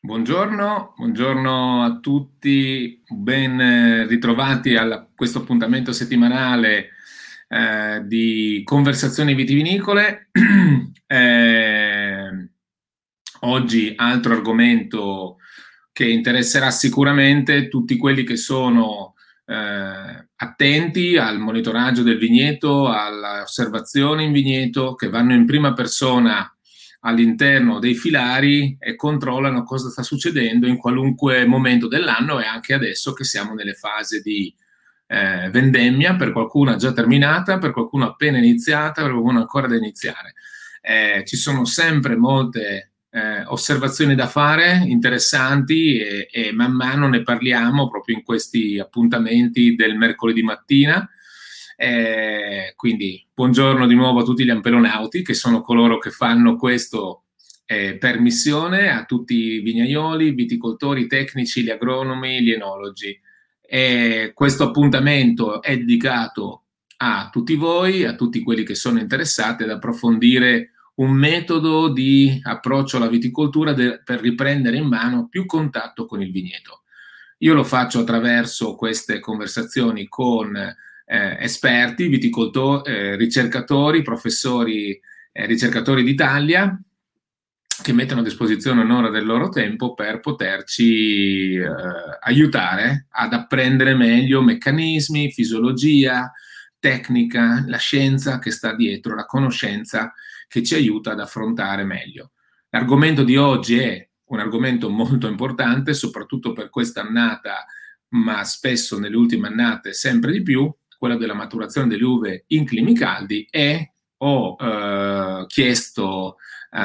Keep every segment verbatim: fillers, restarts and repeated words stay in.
Buongiorno, buongiorno a tutti, ben eh, ritrovati a questo appuntamento settimanale eh, di conversazioni vitivinicole. Eh, oggi altro argomento che interesserà sicuramente tutti quelli che sono eh, attenti al monitoraggio del vigneto, alle osservazioni in vigneto, che vanno in prima persona all'interno dei filari e controllano cosa sta succedendo in qualunque momento dell'anno e anche adesso che siamo nelle fasi di eh, vendemmia, per qualcuno già terminata, per qualcuno appena iniziata, per qualcuno ancora da iniziare. Eh, ci sono sempre molte eh, osservazioni da fare, interessanti e, e man mano ne parliamo proprio in questi appuntamenti del mercoledì mattina. Eh, quindi buongiorno di nuovo a tutti gli ampelonauti, che sono coloro che fanno questo eh, per missione, a tutti i vignaioli, viticoltori, tecnici, gli agronomi, gli enologi. E questo appuntamento è dedicato a tutti voi, a tutti quelli che sono interessati ad approfondire un metodo di approccio alla viticoltura de- per riprendere in mano più contatto con il vigneto. Io lo faccio attraverso queste conversazioni con eh, esperti, viticoltori, eh, ricercatori, professori, eh, ricercatori d'Italia che mettono a disposizione un'ora del loro tempo per poterci eh, aiutare ad apprendere meglio meccanismi, fisiologia, tecnica, la scienza che sta dietro, la conoscenza che ci aiuta ad affrontare meglio. L'argomento di oggi è un argomento molto importante, soprattutto per questa annata, ma spesso nelle ultime annate sempre di più, quella della maturazione delle uve in climi caldi, e ho eh, chiesto eh,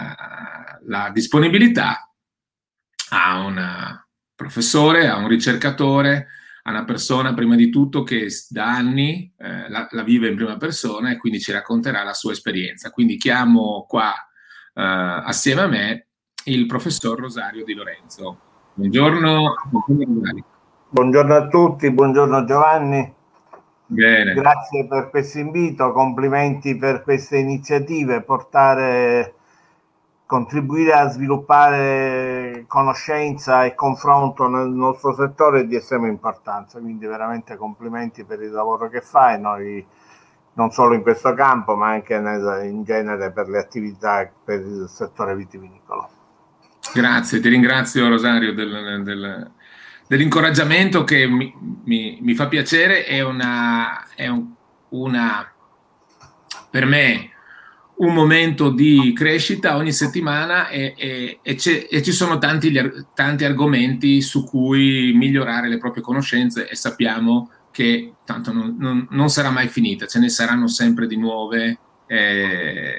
la disponibilità a un professore, a un ricercatore, a una persona prima di tutto che da anni eh, la, la vive in prima persona e quindi ci racconterà la sua esperienza. Quindi chiamo qua eh, assieme a me il professor Rosario Di Lorenzo. Buongiorno. Buongiorno. Buongiorno a tutti, buongiorno Giovanni. Bene. Grazie per questo invito, complimenti per queste iniziative, portare, contribuire a sviluppare conoscenza e confronto nel nostro settore è di estrema importanza, quindi veramente complimenti per il lavoro che fai, noi non solo in questo campo ma anche nel, in genere per le attività per il settore vitivinicolo. Grazie, ti ringrazio Rosario del, del, dell'incoraggiamento che mi, mi, mi fa piacere, è una, è un, una per me un momento di crescita ogni settimana e, e, e, e ci sono tanti, tanti argomenti su cui migliorare le proprie conoscenze e sappiamo che tanto non, non, non sarà mai finita, ce ne saranno sempre di nuove, eh,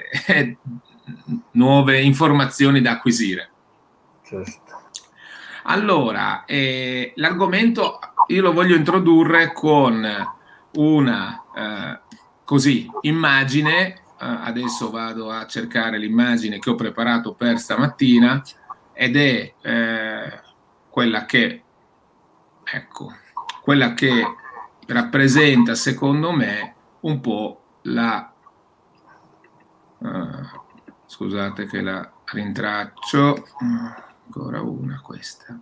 nuove informazioni da acquisire. Certo. Allora, eh, l'argomento io lo voglio introdurre con una eh, così immagine. Uh, adesso vado a cercare l'immagine che ho preparato per stamattina ed è eh, quella che ecco, quella che rappresenta secondo me un po' la uh, scusate che la rintraccio, ancora una questa.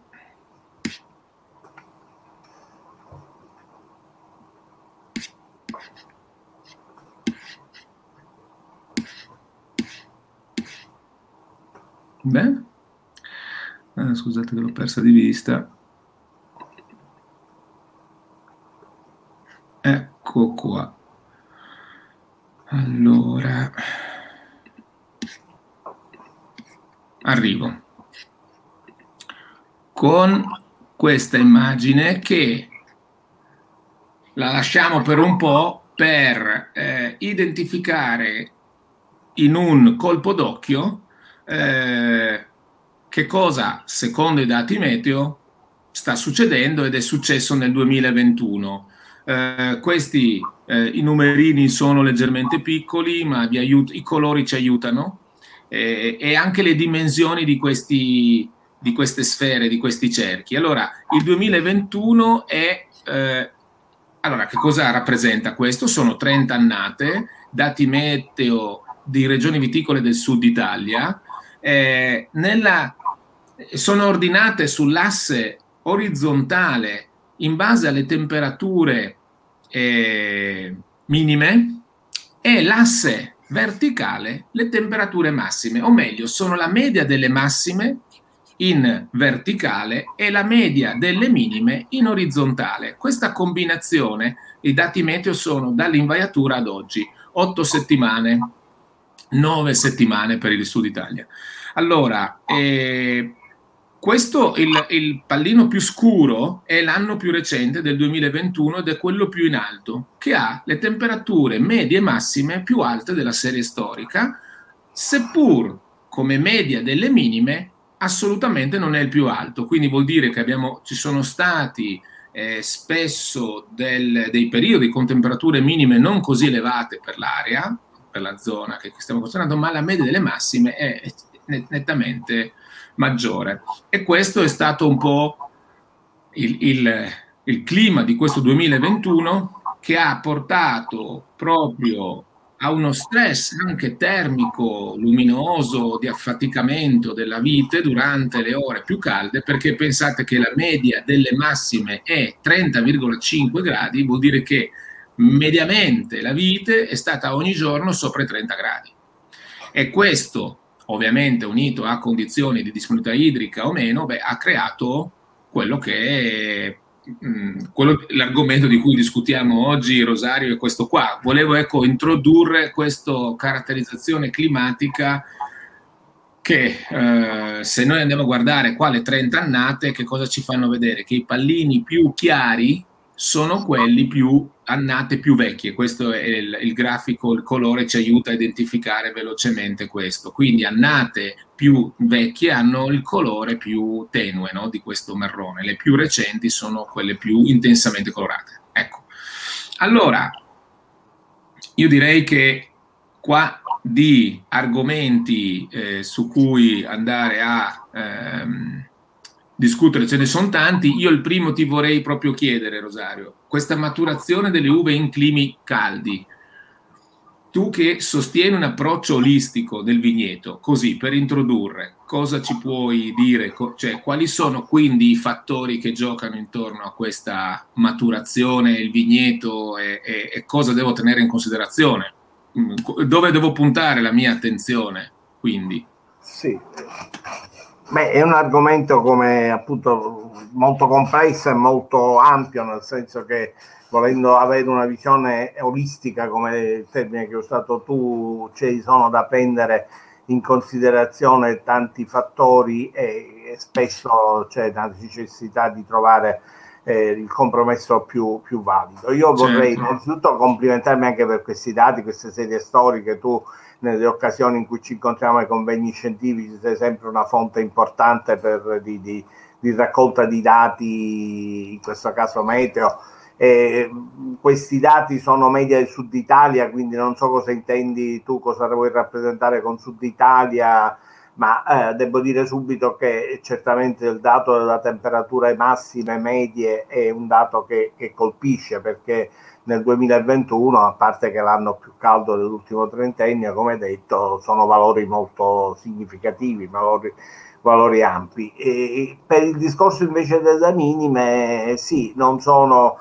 Beh, ah, scusate che l'ho persa di vista. Ecco qua. Allora, arrivo con questa immagine che la lasciamo per un po' per eh, identificare in un colpo d'occhio eh, che cosa, secondo i dati meteo, sta succedendo ed è successo nel duemilaventuno. Eh, questi eh, i numerini sono leggermente piccoli, ma vi aiut- i colori ci aiutano eh, e anche le dimensioni di, questi, di queste sfere, di questi cerchi. Allora, il duemilaventuno è... Eh, allora, che cosa rappresenta questo? Sono trenta annate, dati meteo di regioni viticole del sud Italia. Eh, nella sono ordinate sull'asse orizzontale in base alle temperature eh, minime e l'asse verticale le temperature massime, o meglio, sono la media delle massime in verticale e la media delle minime in orizzontale. Questa combinazione, i dati meteo sono dall'invaiatura ad oggi, otto settimane, nove settimane per il Sud Italia. Allora, eh, questo, il, il pallino più scuro è l'anno più recente del duemilaventuno ed è quello più in alto, che ha le temperature medie e massime più alte della serie storica, seppur come media delle minime assolutamente non è il più alto. Quindi vuol dire che abbiamo, ci sono stati eh, spesso del, dei periodi con temperature minime non così elevate per l'area, per la zona che stiamo considerando, ma la media delle massime è nettamente maggiore. E questo è stato un po' il, il, il clima di questo duemilaventuno, che ha portato proprio a uno stress anche termico, luminoso, di affaticamento della vite durante le ore più calde, perché pensate che la media delle massime è trenta virgola cinque gradi, vuol dire che mediamente la vite è stata ogni giorno sopra i trenta gradi. E questo, ovviamente unito a condizioni di disponibilità idrica o meno, beh, ha creato quello che è mh, quello, l'argomento di cui discutiamo oggi, Rosario, è questo qua. Volevo ecco introdurre questa caratterizzazione climatica che eh, se noi andiamo a guardare qua le trenta annate, che cosa ci fanno vedere? Che i pallini più chiari sono quelli più annate più vecchie. Questo è il, il grafico, il colore ci aiuta a identificare velocemente questo. Quindi annate più vecchie hanno il colore più tenue, no, di questo marrone. Le più recenti sono quelle più intensamente colorate. Ecco. Allora, io direi che qua di argomenti eh, su cui andare a ehm, discutere ce ne sono tanti. Io il primo ti vorrei proprio chiedere, Rosario, questa maturazione delle uve in climi caldi, tu che sostieni un approccio olistico del vigneto, così per introdurre, cosa ci puoi dire? Cioè, quali sono quindi i fattori che giocano intorno a questa maturazione, il vigneto e, e, e cosa devo tenere in considerazione? Dove devo puntare la mia attenzione, quindi? Sì, beh, è un argomento come appunto molto complesso e molto ampio, nel senso che volendo avere una visione olistica, come il termine che hai usato tu, ci sono da prendere in considerazione tanti fattori e, e spesso c'è la necessità di trovare eh, il compromesso più, più valido. Io vorrei certo. innanzitutto complimentarmi anche per questi dati, queste serie storiche. Tu nelle occasioni in cui ci incontriamo ai convegni scientifici sei sempre una fonte importante per, di, di, di raccolta di dati, in questo caso meteo. Eh, questi dati sono media del Sud Italia, quindi non so cosa intendi tu, cosa vuoi rappresentare con Sud Italia, ma eh, devo dire subito che certamente il dato della temperature massime medie è un dato che, che colpisce, perché nel duemilaventuno, a parte che l'anno più caldo dell'ultimo trentennio, come detto, sono valori molto significativi, valori, valori ampi. E per il discorso invece delle minime, sì, non sono...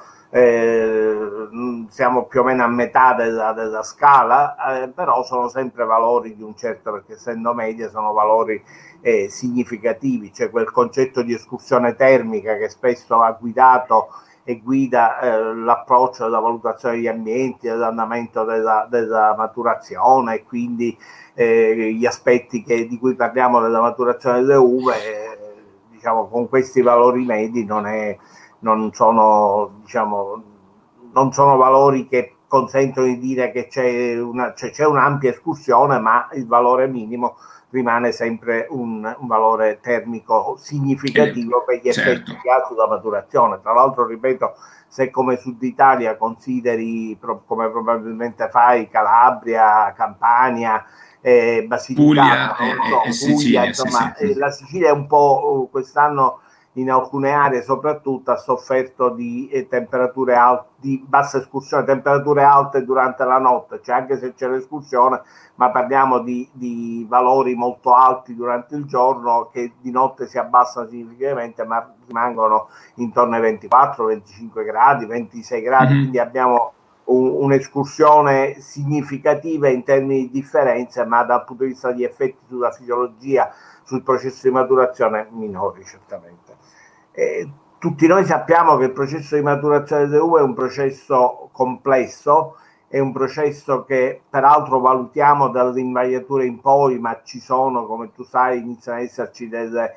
Eh, siamo più o meno a metà della, della scala, eh, però sono sempre valori di un certo, perché essendo medie sono valori eh, significativi. C'è quel concetto di escursione termica che spesso ha guidato e guida eh, l'approccio della valutazione degli ambienti, dell'andamento della, della maturazione, e quindi eh, gli aspetti che, di cui parliamo della maturazione delle uve, eh, diciamo, con questi valori medi non è non sono, diciamo, non sono valori che consentono di dire che c'è, una, c'è, c'è un'ampia escursione, ma il valore minimo rimane sempre un, un valore termico significativo per gli effetti certo. che ha sulla maturazione. Tra l'altro, ripeto, se come Sud Italia consideri, come probabilmente fai, Calabria, Campania, eh, Basilicata, Puglia, non so, e, e Sicilia, Puglia, insomma, sì, sì. Eh, la Sicilia è un po' quest'anno in alcune aree soprattutto ha sofferto di eh, temperature alte, di bassa escursione, temperature alte durante la notte, cioè anche se c'è l'escursione, ma parliamo di, di valori molto alti durante il giorno che di notte si abbassano significativamente, ma rimangono intorno ai ventiquattro venticinque gradi, ventisei gradi, mm-hmm. Quindi abbiamo un, un'escursione significativa in termini di differenze, ma dal punto di vista di effetti sulla fisiologia, sul processo di maturazione, minori certamente. Eh, tutti noi sappiamo che il processo di maturazione delle uve è un processo complesso, è un processo che peraltro valutiamo dall'invaiatura in poi, ma ci sono, come tu sai, iniziano ad esserci delle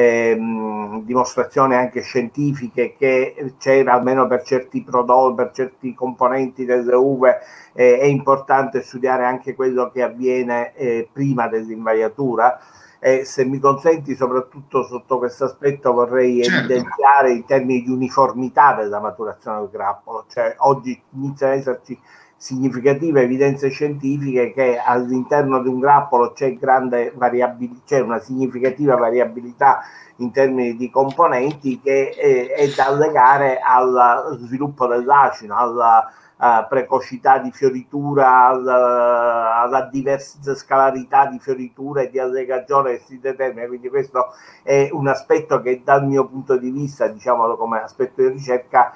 ehm, dimostrazioni anche scientifiche che c'è, almeno per certi prodotti, per certi componenti delle uve, eh, è importante studiare anche quello che avviene eh, prima dell'invaiatura. E se mi consenti, soprattutto sotto questo aspetto vorrei certo. evidenziare in termini di uniformità della maturazione del grappolo, cioè oggi iniziano ad esserci significative evidenze scientifiche che all'interno di un grappolo c'è grande variabilità, c'è una significativa variabilità in termini di componenti che è, è da legare al sviluppo dell'acino, alla Uh, precocità di fioritura, alla, alla diversa scalarità di fioritura e di allegagione che si determina. Quindi questo è un aspetto che dal mio punto di vista, diciamo come aspetto di ricerca,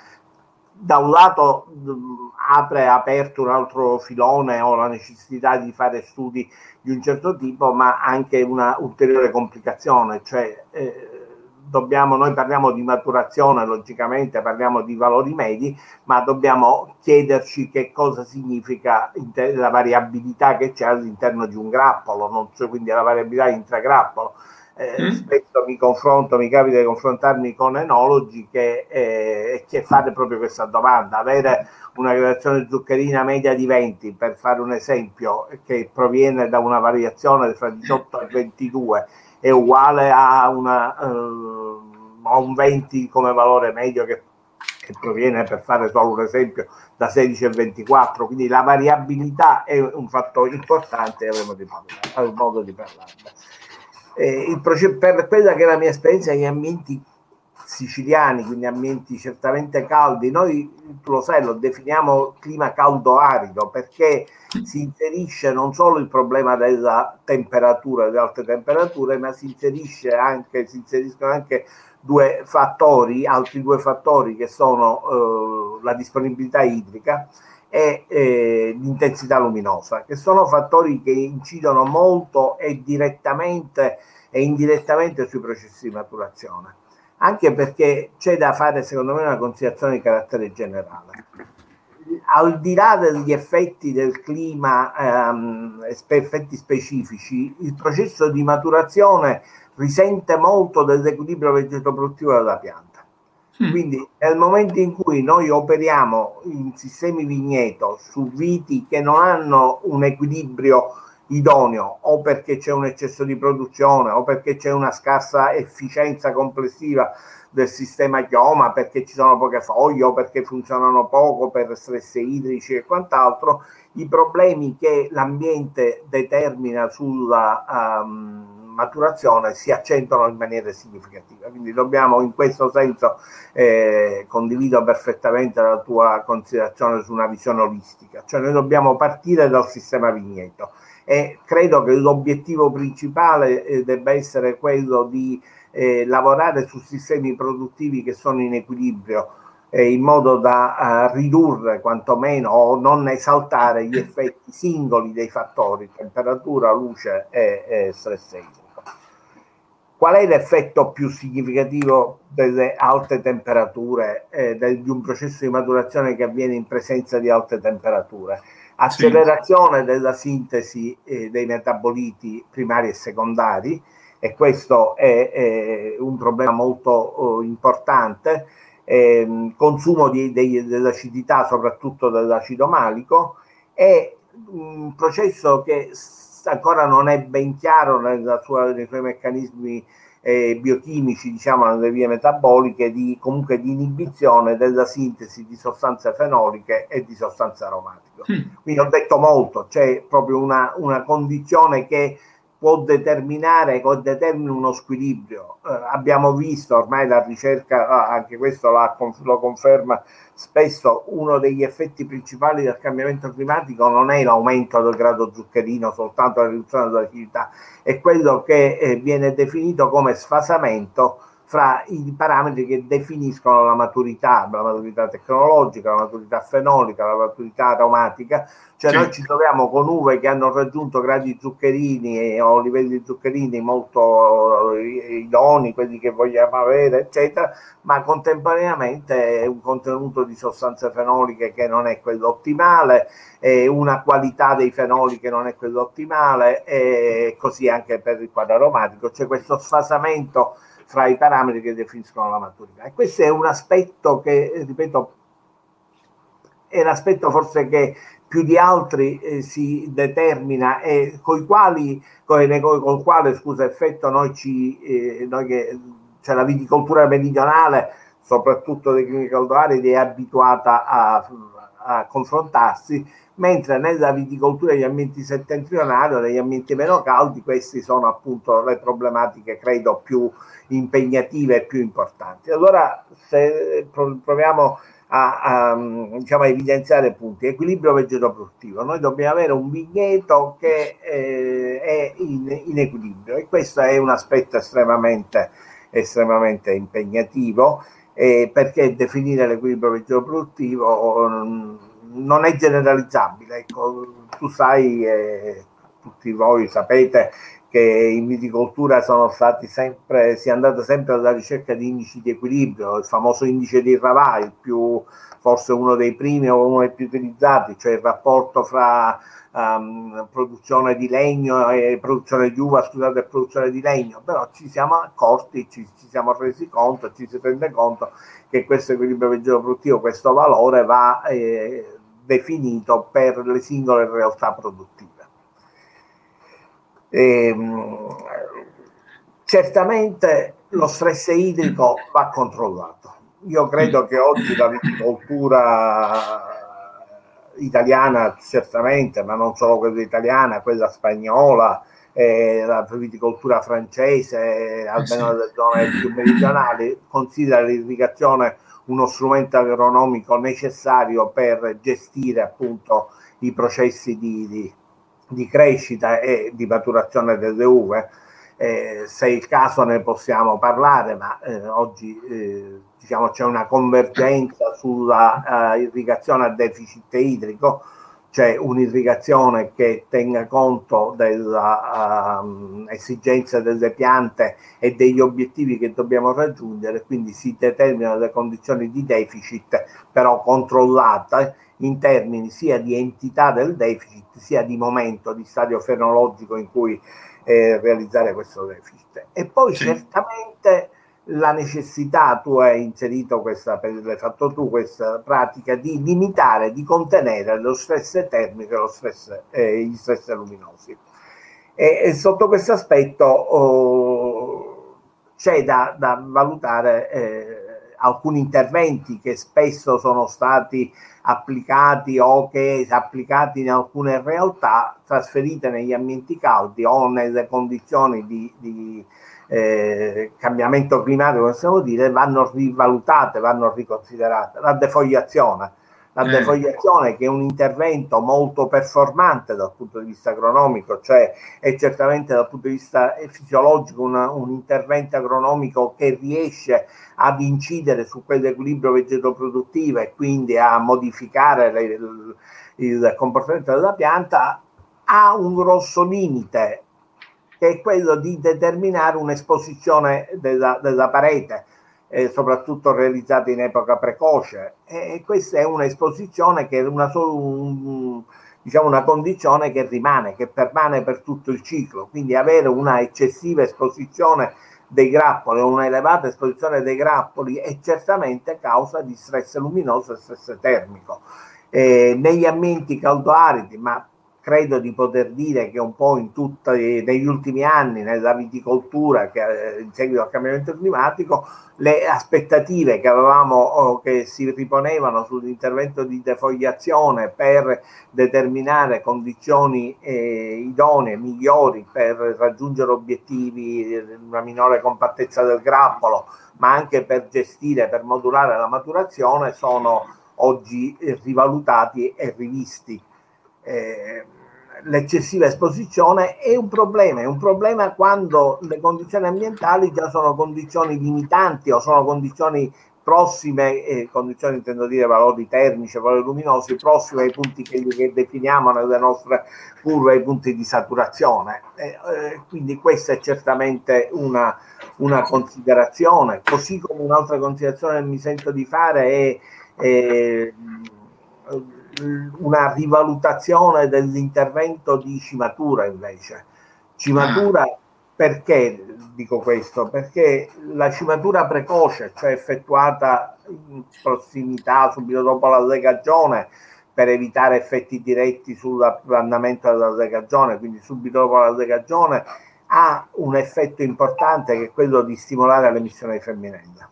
da un lato mh, apre aperto un altro filone o la necessità di fare studi di un certo tipo, ma anche una ulteriore complicazione, cioè eh, dobbiamo, noi parliamo di maturazione, logicamente parliamo di valori medi, ma dobbiamo chiederci che cosa significa la variabilità che c'è all'interno di un grappolo, non so, quindi la variabilità intragrappolo. Eh, mm. Spesso mi confronto, mi capita di confrontarmi con enologi che, eh, che fanno proprio questa domanda: avere una gradazione zuccherina media di venti, per fare un esempio, che proviene da una variazione fra diciotto e ventidue, è uguale a, una, uh, a un venti come valore medio che, che proviene, per fare solo un esempio, da sedici e ventiquattro. Quindi la variabilità è un fattore importante e avremo di parlare, modo di parlarne. Eh, il proce- per quella che è la mia esperienza negli ambienti siciliani, quindi ambienti certamente caldi, noi, tu lo sai, lo definiamo clima caldo-arido perché si inserisce non solo il problema della temperatura, delle alte temperature, ma si inserisce anche, si inseriscono anche due fattori, altri due fattori che sono eh, la disponibilità idrica e eh, l'intensità luminosa, che sono fattori che incidono molto e direttamente e indirettamente sui processi di maturazione, anche perché c'è da fare, secondo me, una considerazione di carattere generale. Al di là degli effetti del clima, ehm, effetti specifici, il processo di maturazione risente molto dell'equilibrio vegetoproduttivo della pianta. Quindi nel momento in cui noi operiamo in sistemi vigneto su viti che non hanno un equilibrio idoneo, o perché c'è un eccesso di produzione o perché c'è una scarsa efficienza complessiva del sistema chioma, perché ci sono poche foglie o perché funzionano poco per stress idrici e quant'altro, i problemi che l'ambiente determina sulla um, maturazione si accentuano in maniera significativa. Quindi dobbiamo, in questo senso, eh, condivido perfettamente la tua considerazione su una visione olistica, cioè noi dobbiamo partire dal sistema vigneto e credo che l'obiettivo principale eh, debba essere quello di eh, lavorare su sistemi produttivi che sono in equilibrio, eh, in modo da uh, ridurre quantomeno o non esaltare gli effetti singoli dei fattori temperatura, luce e, e stress idrico. Qual è l'effetto più significativo delle alte temperature, eh, del, di un processo di maturazione che avviene in presenza di alte temperature? Accelerazione sì. della sintesi eh, dei metaboliti primari e secondari, e questo è, è un problema molto oh, importante, eh, consumo di, di, dell'acidità, soprattutto dell'acido malico, è un processo che ancora non è ben chiaro nella sua, nei suoi meccanismi eh, biochimici, diciamo, nelle vie metaboliche, di, comunque di inibizione della sintesi di sostanze fenoliche e di sostanze aromatiche. Mm. Quindi ho detto molto, c'è proprio una, una condizione che può determinare o determina uno squilibrio. Eh, abbiamo visto ormai la ricerca, anche questo la, lo conferma spesso, uno degli effetti principali del cambiamento climatico non è l'aumento del grado zuccherino, soltanto la riduzione dell'acidità, è quello che eh, viene definito come sfasamento fra i parametri che definiscono la maturità, la maturità tecnologica, la maturità fenolica, la maturità aromatica. Cioè sì. Noi ci troviamo con uve che hanno raggiunto gradi zuccherini o livelli di zuccherini molto idonei, quelli che vogliamo avere, eccetera, ma contemporaneamente un contenuto di sostanze fenoliche che non è quello ottimale, e una qualità dei fenoli che non è quello ottimale, e così anche per il quadro aromatico. C'è questo sfasamento fra i parametri che definiscono la maturità. E questo è un aspetto che, ripeto, è l'aspetto forse che più di altri eh, si determina e coi quali, con, col quale, scusa, effetto noi ci, eh, noi che, cioè la viticoltura meridionale, soprattutto dei clinical aridi, è abituata a, a confrontarsi, mentre nella viticoltura degli ambienti settentrionali o degli ambienti meno caldi, queste sono appunto le problematiche, credo, più impegnative e più importanti. Allora, se proviamo a, a, diciamo, a evidenziare punti: equilibrio vegeto-produttivo. Noi dobbiamo avere un vigneto che eh, è in, in equilibrio, e questo è un aspetto estremamente, estremamente impegnativo, eh, perché definire l'equilibrio vegeto-produttivo um, non è generalizzabile. Ecco, tu sai, eh, tutti voi sapete che in viticoltura sono stati sempre, si è andato sempre alla ricerca di indici di equilibrio, il famoso indice di Raval, il più, forse uno dei primi o uno dei più utilizzati, cioè il rapporto fra um, produzione di legno e produzione di uva, scusate, produzione di legno. Però ci siamo accorti, ci, ci siamo resi conto, ci si rende conto che questo equilibrio vegeto-produttivo, questo valore va eh, definito per le singole realtà produttive. E, certamente lo stress idrico va controllato. Io credo che oggi la viticoltura italiana, certamente, ma non solo quella italiana, quella spagnola, eh, la viticoltura francese, almeno nelle zone più meridionali, considera l'irrigazione uno strumento agronomico necessario per gestire appunto i processi di, di di crescita e di maturazione delle uve. Eh, se è il caso ne possiamo parlare, ma eh, oggi eh, diciamo c'è una convergenza sulla uh, irrigazione a deficit idrico, cioè un'irrigazione che tenga conto della uh, esigenza delle piante e degli obiettivi che dobbiamo raggiungere, quindi si determinano le condizioni di deficit, però controllate in termini sia di entità del deficit sia di momento, di stadio fenologico in cui eh, realizzare questo deficit. E poi sì. Certamente la necessità, tu hai inserito questa, l'hai fatto tu, questa pratica di limitare, di contenere lo stress termico e lo stress, eh, gli stress luminosi. E, e sotto questo aspetto oh, c'è da, da valutare eh, alcuni interventi che spesso sono stati applicati o che applicati in alcune realtà, trasferite negli ambienti caldi o nelle condizioni di, di eh, cambiamento climatico, possiamo dire, vanno rivalutate, vanno riconsiderate. La defogliazione. La eh. defogliazione, che è un intervento molto performante dal punto di vista agronomico, cioè è certamente dal punto di vista fisiologico una, un intervento agronomico che riesce ad incidere su quell'equilibrio vegeto-produttivo e quindi a modificare le, il, il comportamento della pianta, ha un grosso limite, che è quello di determinare un'esposizione della, della parete, eh, soprattutto realizzata in epoca precoce. E questa è un'esposizione che è una, un, diciamo una condizione che rimane, che permane per tutto il ciclo. Quindi avere una eccessiva esposizione dei grappoli o una elevata esposizione dei grappoli è certamente causa di stress luminoso e stress termico. Eh, negli ambienti caldo-aridi, ma credo di poter dire che un po' in tutti negli ultimi anni nella viticoltura, che eh, in seguito al cambiamento climatico, le aspettative che avevamo o che si riponevano sull'intervento di defogliazione per determinare condizioni eh, idonee, migliori per raggiungere obiettivi, una minore compattezza del grappolo, ma anche per gestire, per modulare la maturazione, sono oggi rivalutati e rivisti. Eh, l'eccessiva esposizione è un problema, è un problema quando le condizioni ambientali già sono condizioni limitanti o sono condizioni prossime, eh, condizioni intendo dire valori termici, valori luminosi, prossime ai punti che, che definiamo nelle nostre curve, ai punti di saturazione. Eh, eh, quindi questa è certamente una, una considerazione, così come un'altra considerazione che mi sento di fare è eh, una rivalutazione dell'intervento di cimatura invece. Cimatura, ah. Perché dico questo? Perché la cimatura precoce, cioè effettuata in prossimità, subito dopo la legagione, per evitare effetti diretti sull'andamento della legagione, quindi subito dopo la legagione, ha un effetto importante che è quello di stimolare l'emissione di femminella.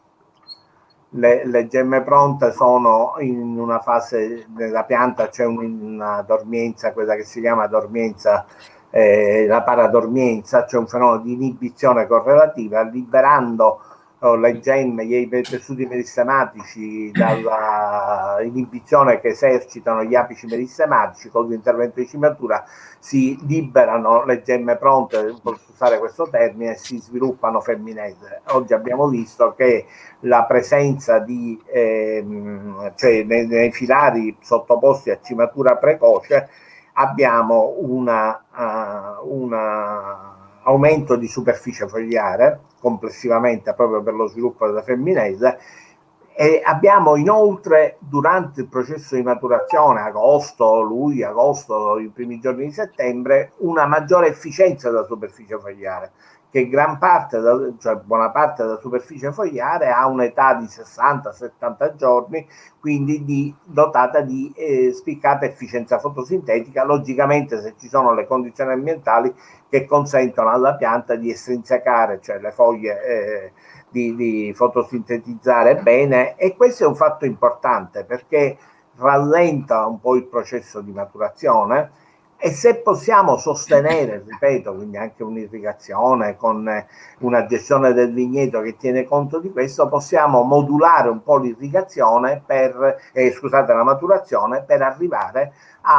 Le, le gemme pronte sono in una fase della pianta, c'è una dormienza, quella che si chiama dormienza, eh, la paradormienza, c'è un fenomeno di inibizione correlativa, liberando oh, le gemme, i tessuti meristematici dalla inibizione che esercitano gli apici meristematici. Con l'intervento di cimatura si liberano le gemme pronte, posso usare questo termine, e si sviluppano femminelle. Oggi abbiamo visto che la presenza di ehm, cioè nei, nei filari sottoposti a cimatura precoce abbiamo una, uh, una aumento di superficie fogliare complessivamente proprio per lo sviluppo della femminelle, e abbiamo inoltre durante il processo di maturazione, agosto, luglio, agosto, i primi giorni di settembre, una maggiore efficienza della superficie fogliare, che gran parte, cioè buona parte della superficie fogliare ha un'età di sessanta settanta giorni, quindi di, dotata di eh, spiccata efficienza fotosintetica, logicamente se ci sono le condizioni ambientali che consentono alla pianta di estrinsecare, cioè le foglie eh, di, di fotosintetizzare bene, e questo è un fatto importante perché rallenta un po' il processo di maturazione. E se possiamo sostenere, ripeto, quindi anche un'irrigazione con una gestione del vigneto che tiene conto di questo, possiamo modulare un po' l'irrigazione per, eh, scusate, la maturazione, per arrivare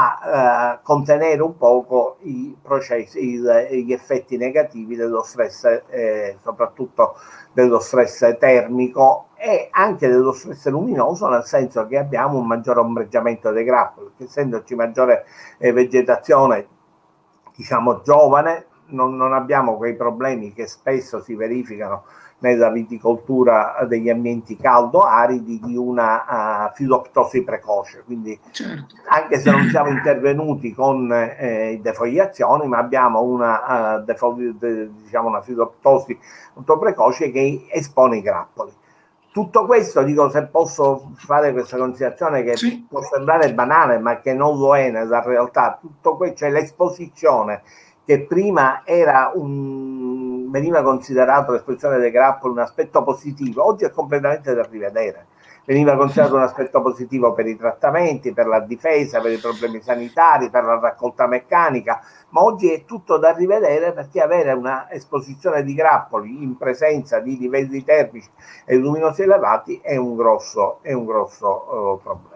a eh, contenere un poco i processi, il, gli effetti negativi dello stress, eh, soprattutto dello stress termico e anche dello stress luminoso, nel senso che abbiamo un maggiore ombreggiamento dei grappoli, perché essendoci maggiore eh, vegetazione, diciamo, giovane, non, non abbiamo quei problemi che spesso si verificano nella viticoltura degli ambienti caldo-aridi di una uh, filoptosi precoce. Quindi certo, anche se non siamo intervenuti con eh, defogliazioni, ma abbiamo una, uh, defog- de, diciamo una filoptosi molto precoce che espone i grappoli. Tutto questo, dico, se posso fare questa considerazione che sì, può sembrare banale, ma che non lo è nella realtà, tutto questo, cioè l'esposizione che prima era un, veniva considerato l'esposizione dei grappoli un aspetto positivo, oggi è completamente da rivedere. Veniva considerato un aspetto positivo per i trattamenti, per la difesa, per i problemi sanitari, per la raccolta meccanica, ma oggi è tutto da rivedere perché avere una esposizione di grappoli in presenza di livelli termici e luminosi elevati è un grosso, è un grosso uh, problema.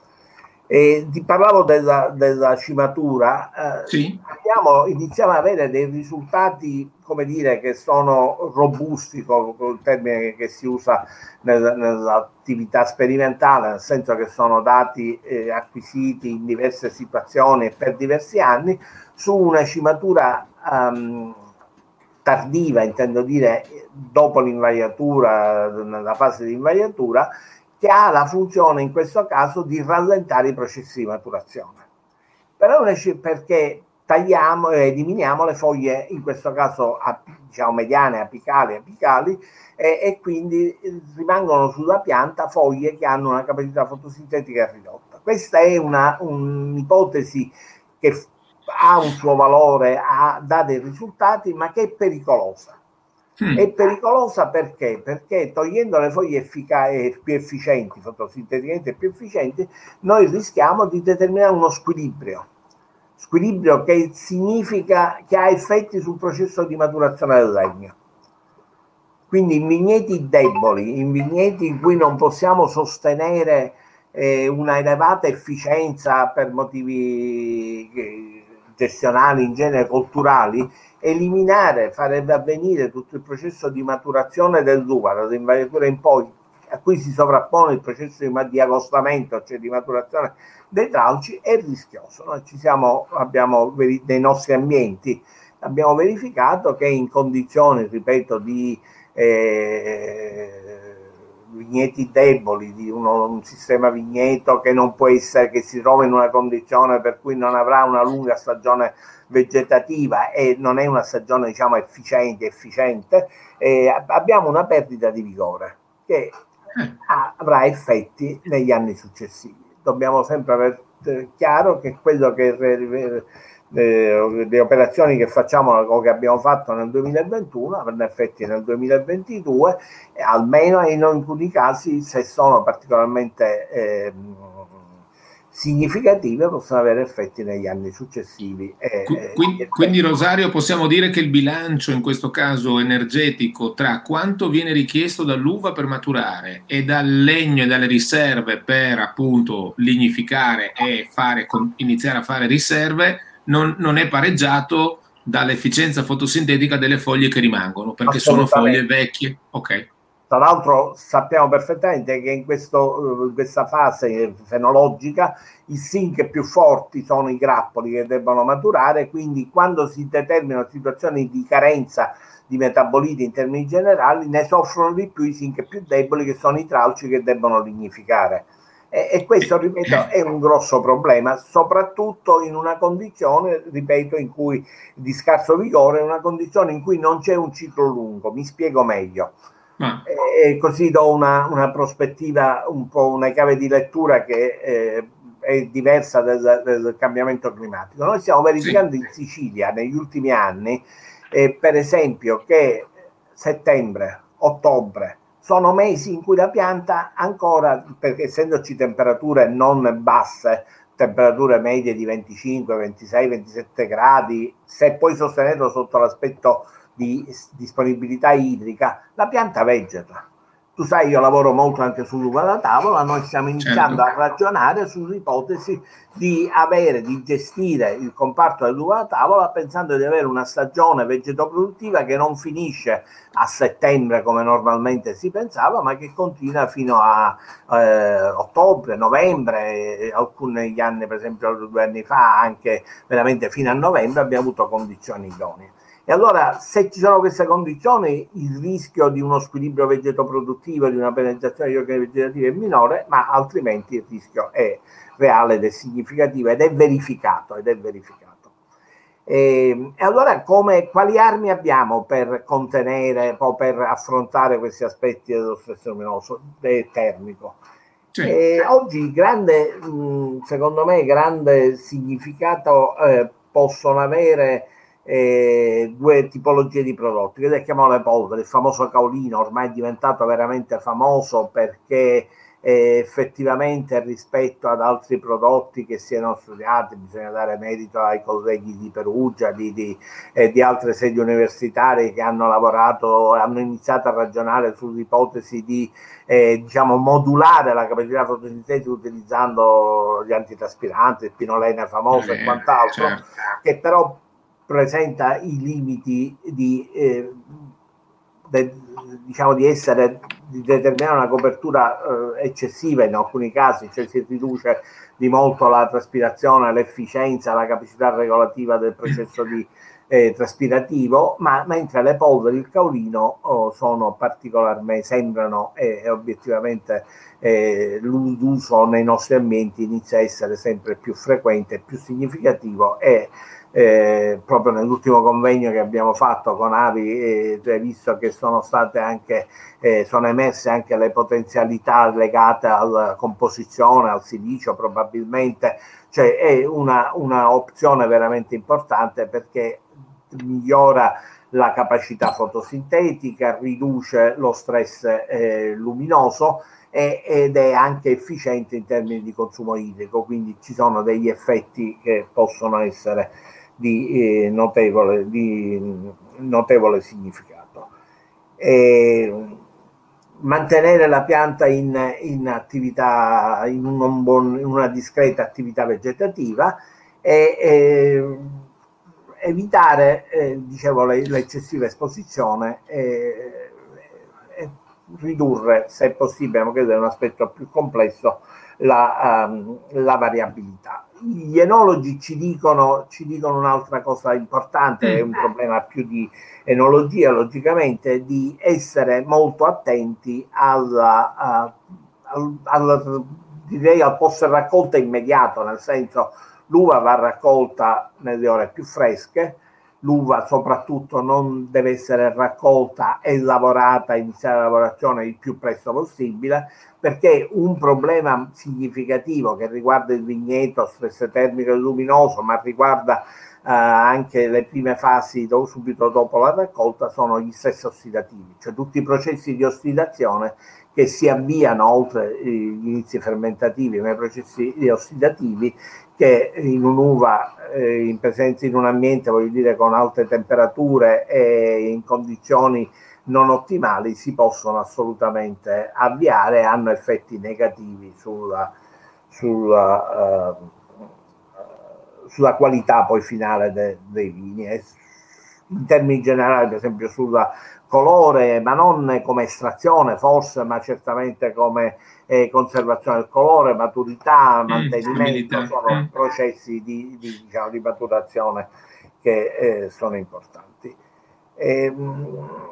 E ti parlavo della, della cimatura, eh, sì, abbiamo, iniziamo ad avere dei risultati, come dire, che sono robusti, con, con il termine che si usa nel, nell'attività sperimentale, nel senso che sono dati eh, acquisiti in diverse situazioni e per diversi anni, su una cimatura um, tardiva, intendo dire dopo l'invaiatura, nella fase di invaiatura, che ha la funzione in questo caso di rallentare i processi di maturazione. Però perché tagliamo e eliminiamo le foglie, in questo caso diciamo mediane, apicali, apicali, e, e quindi rimangono sulla pianta foglie che hanno una capacità fotosintetica ridotta. Questa è una, un'ipotesi che ha un suo valore, ha, dà dei risultati, ma che è pericolosa. Mm. È pericolosa perché? Perché togliendo le foglie efficaci, più efficienti, fotosinteticamente più efficienti, noi rischiamo di determinare uno squilibrio. Squilibrio che significa che ha effetti sul processo di maturazione del legno. Quindi in vigneti deboli, in vigneti in cui non possiamo sostenere eh, una elevata efficienza per motivi eh, gestionali, in genere culturali, eliminare, fare avvenire tutto il processo di maturazione dell'uva, dall'invaiatura in poi, a cui si sovrappone il processo di, di agostamento, cioè di maturazione dei tralci, è rischioso. Noi ci siamo, abbiamo nei nostri ambienti, abbiamo verificato che in condizioni, ripeto, di eh, vigneti deboli, di uno, un sistema vigneto che non può essere, che si trova in una condizione per cui non avrà una lunga stagione vegetativa e non è una stagione, diciamo, efficiente, efficiente, eh, abbiamo una perdita di vigore che avrà effetti negli anni successivi. Dobbiamo sempre avere chiaro che quello che eh, le operazioni che facciamo o che abbiamo fatto nel duemilaventuno avranno effetti nel duemilaventidue, e almeno in alcuni casi, se sono particolarmente eh, significative, possono avere effetti negli anni successivi. Eh, quindi, quindi Rosario, possiamo dire che il bilancio in questo caso energetico tra quanto viene richiesto dall'uva per maturare e dal legno e dalle riserve per appunto lignificare e fare, iniziare a fare riserve non, non è pareggiato dall'efficienza fotosintetica delle foglie che rimangono, perché sono foglie vecchie. Ok. Tra l'altro sappiamo perfettamente che in, questo, in questa fase fenologica i sink più forti sono i grappoli che debbono maturare, quindi quando si determinano situazioni di carenza di metaboliti in termini generali ne soffrono di più i sink più deboli, che sono i tralci che debbono lignificare. E, e questo, ripeto, è un grosso problema, soprattutto in una condizione, ripeto, in cui di scarso vigore, in una condizione in cui non c'è un ciclo lungo. Mi spiego meglio. Ah. E così do una, una prospettiva, un po' una chiave di lettura che eh, è diversa del, del cambiamento climatico. Noi stiamo verificando sì. in Sicilia negli ultimi anni, eh, per esempio, che settembre, ottobre sono mesi in cui la pianta ancora, perché essendoci temperature non basse, temperature medie di venticinque, ventisei, ventisette gradi, se poi sostenerlo sotto l'aspetto di disponibilità idrica, la pianta vegeta. Tu sai, io lavoro molto anche sull'uva da tavola, noi stiamo iniziando certo. a ragionare sull'ipotesi di avere, di gestire il comparto dell'uva da tavola pensando di avere una stagione vegetoproduttiva che non finisce a settembre come normalmente si pensava, ma che continua fino a eh, ottobre, novembre, alcuni anni, per esempio due anni fa, anche veramente fino a novembre abbiamo avuto condizioni idonee. E allora, se ci sono queste condizioni, il rischio di uno squilibrio vegetoproduttivo, di una penalizzazione degli organi vegetativi è minore, ma altrimenti il rischio è reale ed è significativo ed è verificato. Ed è verificato. E, e allora, come, quali armi abbiamo per contenere o per affrontare questi aspetti dello stress luminoso e termico? Sì. E oggi, grande, secondo me, grande significato eh, possono avere Eh, due tipologie di prodotti, che le chiamano le polveri. Il famoso caolino ormai è diventato veramente famoso perché eh, effettivamente rispetto ad altri prodotti che siano studiati, bisogna dare merito ai colleghi di Perugia, di, di, eh, di altre sedi universitarie che hanno lavorato, hanno iniziato a ragionare sull'ipotesi di eh, diciamo modulare la capacità fotosintetica utilizzando gli antitraspiranti, il pinolene famoso eh, e quant'altro, certo. che però presenta i limiti di, eh, de, diciamo di essere, di determinare una copertura eh, eccessiva in alcuni casi, cioè si riduce di molto la traspirazione, l'efficienza, la capacità regolativa del processo di, eh, traspirativo, ma mentre le polveri, il caolino oh, sono particolarmente, sembrano e eh, obiettivamente eh, l'uso nei nostri ambienti inizia a essere sempre più frequente, più significativo e eh, proprio nell'ultimo convegno che abbiamo fatto con Avi, eh, visto che sono state anche, eh, sono emerse anche le potenzialità legate alla composizione, al silicio probabilmente, cioè è una, una opzione veramente importante perché migliora la capacità fotosintetica, riduce lo stress eh, luminoso e, ed è anche efficiente in termini di consumo idrico, quindi ci sono degli effetti che possono essere di, eh, notevole, di notevole significato. E mantenere la pianta in, in attività, in, un buon, in una discreta attività vegetativa e, e evitare, eh, dicevo, l'eccessiva esposizione e, e ridurre, se possibile, ma credo è un aspetto più complesso, la, um, la variabilità. Gli enologi ci dicono, ci dicono un'altra cosa importante, è un problema più di enologia, logicamente, di essere molto attenti alla, uh, al, al, direi al post raccolta immediato, nel senso l'uva va raccolta nelle ore più fresche, l'uva soprattutto non deve essere raccolta e lavorata, iniziare la lavorazione il più presto possibile, perché un problema significativo che riguarda il vigneto, stress termico e luminoso, ma riguarda eh, anche le prime fasi do, subito dopo la raccolta, sono gli stress ossidativi, cioè tutti i processi di ossidazione che si avviano oltre gli inizi fermentativi, ma i processi ossidativi che in un'uva eh, in presenza in un ambiente, voglio dire, con alte temperature e in condizioni non ottimali si possono assolutamente avviare e hanno effetti negativi sulla, sulla, uh, sulla qualità poi finale de, dei vini. E in termini generali, per esempio, sulla colore, ma non come estrazione forse, ma certamente come eh, conservazione del colore, maturità, mantenimento, mm, sono mm. processi di, di, diciamo, di maturazione che eh, sono importanti. E, mh,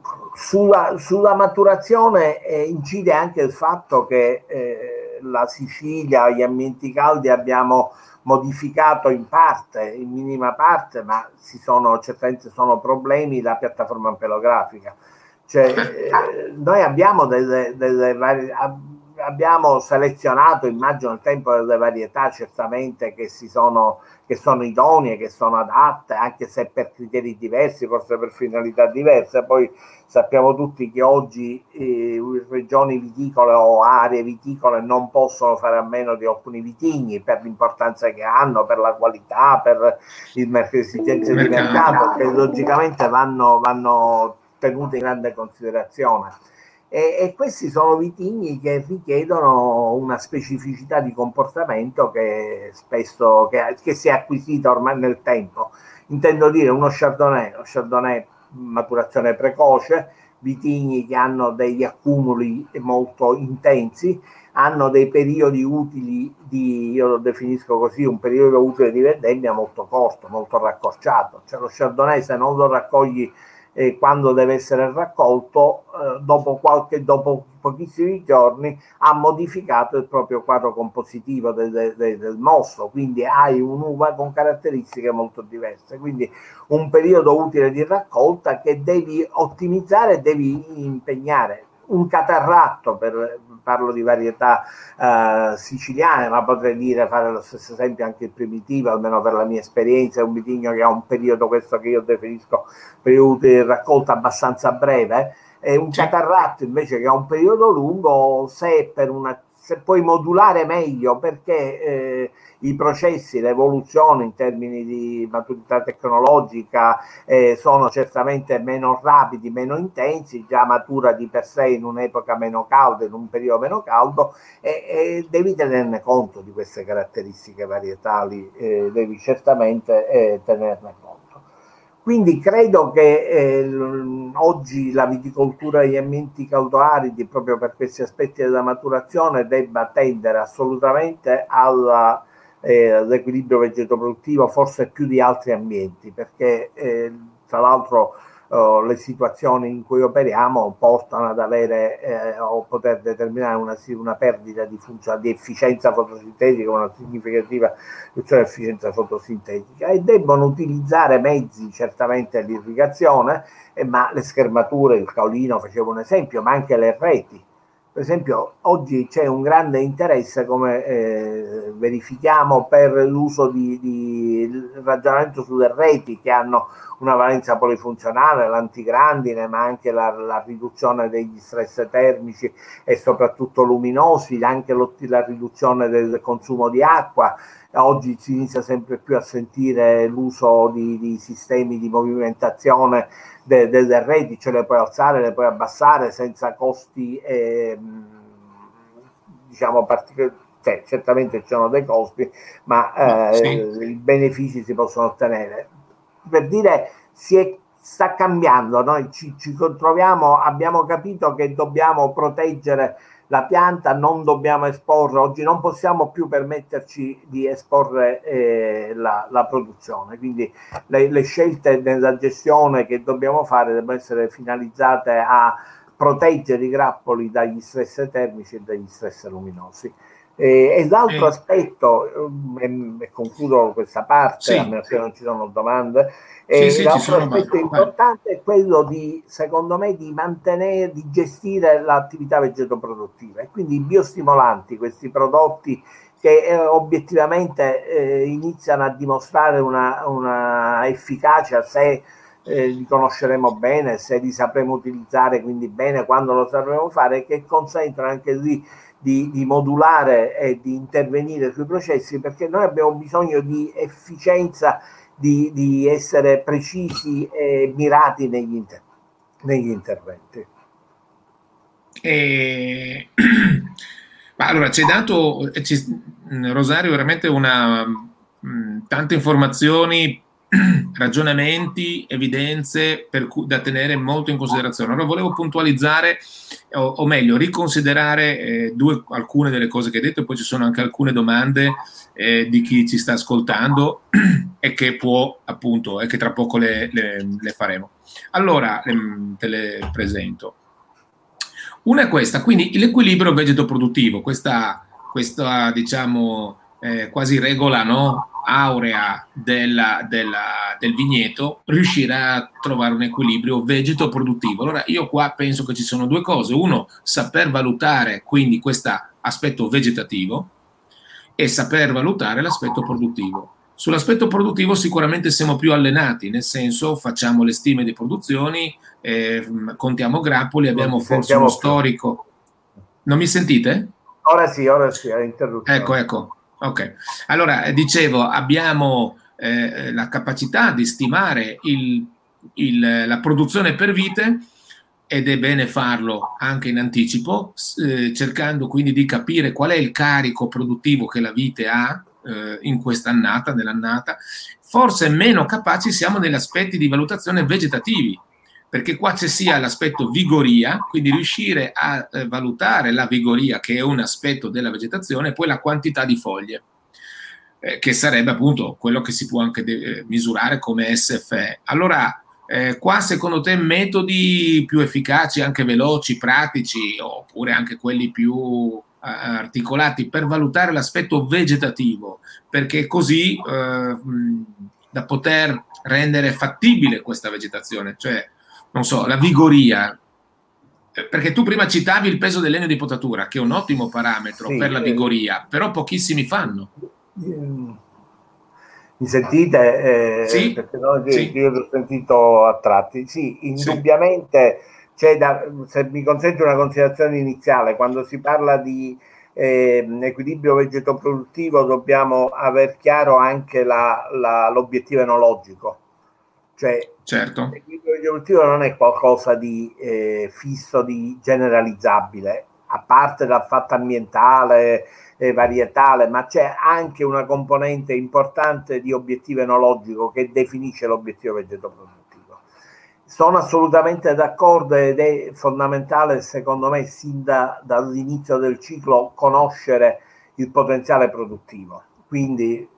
sulla, sulla maturazione eh, incide anche il fatto che eh, la Sicilia, gli ambienti caldi abbiamo modificato in parte, in minima parte, ma si sono, certamente sono problemi la piattaforma ampelografica. Cioè, eh, noi abbiamo delle, delle varie, abbiamo selezionato, immagino, nel tempo delle varietà certamente che, si sono, che sono idonee, che sono adatte, anche se per criteri diversi, forse per finalità diverse. Poi sappiamo tutti che oggi eh, regioni viticole o aree viticole non possono fare a meno di alcuni vitigni per l'importanza che hanno, per la qualità, per le esigenze di mercato, che logicamente vanno, vanno tenute in grande considerazione. E, e questi sono vitigni che richiedono una specificità di comportamento che spesso che, che si è acquisita ormai nel tempo. Intendo dire uno Chardonnay, uno Chardonnay maturazione precoce, vitigni che hanno degli accumuli molto intensi, hanno dei periodi utili di, io lo definisco così, un periodo utile di vendemmia molto corto, molto raccorciato. Cioè lo Chardonnay, se non lo raccogli eh, quando deve essere raccolto, eh, dopo qualche dopo pochissimi giorni ha modificato il proprio quadro compositivo del, del, del mosto, quindi hai un'uva con caratteristiche molto diverse, quindi un periodo utile di raccolta che devi ottimizzare e devi impegnare. Un catarratto, per, parlo di varietà eh, siciliane, ma potrei dire, fare lo stesso esempio anche il primitivo, almeno per la mia esperienza, è un vitigno che ha un periodo, questo che io definisco periodo di raccolta abbastanza breve, e un catarratto invece che ha un periodo lungo, se per una se puoi modulare meglio, perché eh, i processi, l'evoluzione in termini di maturità tecnologica eh, sono certamente meno rapidi, meno intensi, già matura di per sé in un'epoca meno calda, in un periodo meno caldo, e, e devi tenerne conto di queste caratteristiche varietali, eh, devi certamente eh, tenerne conto. Quindi credo che eh, oggi la viticoltura degli ambienti caldo-aridi, proprio per questi aspetti della maturazione, debba tendere assolutamente alla, eh, all'equilibrio vegeto-produttivo, forse più di altri ambienti, perché eh, tra l'altro uh, le situazioni in cui operiamo portano ad avere eh, o poter determinare una, una perdita di, funzione, di efficienza fotosintetica, una significativa riduzione di efficienza fotosintetica, e debbono utilizzare mezzi, certamente l'irrigazione, eh, ma le schermature, il caolino facevo un esempio, ma anche le reti. Per esempio, oggi c'è un grande interesse, come eh, verifichiamo, per l'uso di, di il ragionamento sulle reti che hanno una valenza polifunzionale, l'antigrandine, ma anche la, la riduzione degli stress termici e soprattutto luminosi, anche lo, la riduzione del consumo di acqua. Oggi si inizia sempre più a sentire l'uso di, di sistemi di movimentazione de, de, delle reti, cioè le puoi alzare, le puoi abbassare senza costi, eh, diciamo, particolari. Cioè, certamente ci sono dei costi, ma eh, sì. I benefici si possono ottenere. Per dire, si è, sta cambiando, noi ci, ci troviamo, abbiamo capito che dobbiamo proteggere la pianta, non dobbiamo esporre, oggi non possiamo più permetterci di esporre eh, la, la produzione, quindi le, le scelte nella gestione che dobbiamo fare devono essere finalizzate a proteggere i grappoli dagli stress termici e dagli stress luminosi. Eh, e l'altro eh. aspetto, e, e concludo questa parte, sì. A meno che non ci sono domande, sì, eh, sì, l'altro sono, aspetto ma... importante è quello di, secondo me, di mantenere, di gestire l'attività vegetoproduttiva, e quindi i biostimolanti, questi prodotti che eh, obiettivamente eh, iniziano a dimostrare una, una efficacia se eh, li conosceremo bene, se li sapremo utilizzare quindi bene, quando lo sapremo fare, che consentono anche lì Di, di modulare e di intervenire sui processi, perché noi abbiamo bisogno di efficienza, di, di essere precisi e mirati negli, inter- negli interventi. E... Ma allora, ci hai dato, ci, Rosario, veramente una, mh, tante informazioni, ragionamenti, evidenze per cui, da tenere molto in considerazione. Allora volevo puntualizzare, o, o meglio, riconsiderare eh, due, alcune delle cose che hai detto, e poi ci sono anche alcune domande eh, di chi ci sta ascoltando e che può, appunto, e che tra poco le, le, le faremo. Allora, ehm, te le presento. Una è questa, quindi l'equilibrio vegeto-produttivo, questa, questa diciamo, eh, quasi regola, no? aurea della, della, del vigneto, riuscire a trovare un equilibrio vegeto-produttivo. Allora io qua penso che ci sono due cose: uno, saper valutare quindi questo aspetto vegetativo, e saper valutare l'aspetto produttivo. Sull'aspetto produttivo sicuramente siamo più allenati, nel senso facciamo le stime di produzioni, eh, contiamo grappoli, abbiamo forse uno storico. Non mi sentite? Ora sì, ora sì, è interruzione. Ecco, ecco. Ok, allora dicevo, abbiamo eh, la capacità di stimare il, il, la produzione per vite, ed è bene farlo anche in anticipo, eh, cercando quindi di capire qual è il carico produttivo che la vite ha eh, in questa annata, nell'annata. Forse meno capaci siamo negli aspetti di valutazione vegetativi, perché qua c'è sia l'aspetto vigoria, quindi riuscire a eh, valutare la vigoria, che è un aspetto della vegetazione, e poi la quantità di foglie, eh, che sarebbe appunto quello che si può anche de- misurare come S F E. Allora, eh, qua secondo te metodi più efficaci, anche veloci, pratici, oppure anche quelli più eh, articolati per valutare l'aspetto vegetativo, perché così eh, da poter rendere fattibile questa vegetazione, cioè non so, la vigoria, perché tu prima citavi il peso del legno di potatura, che è un ottimo parametro sì, per la vigoria, eh, però pochissimi fanno. Mi sentite? Eh, sì, perché no, sì. io l'ho sentito a tratti. Sì, indubbiamente sì. C'è da, se mi consente una considerazione iniziale, quando si parla di eh, equilibrio vegeto-produttivo dobbiamo aver chiaro anche la, la, l'obiettivo enologico. Cioè, certo. l'equilibrio vegeto-produttivo non è qualcosa di eh, fisso, di generalizzabile, a parte dal fatto ambientale, eh, varietale, ma c'è anche una componente importante di obiettivo enologico che definisce l'obiettivo vegeto-produttivo. Sono assolutamente d'accordo, ed è fondamentale, secondo me, sin da, dall'inizio del ciclo, conoscere il potenziale produttivo. Quindi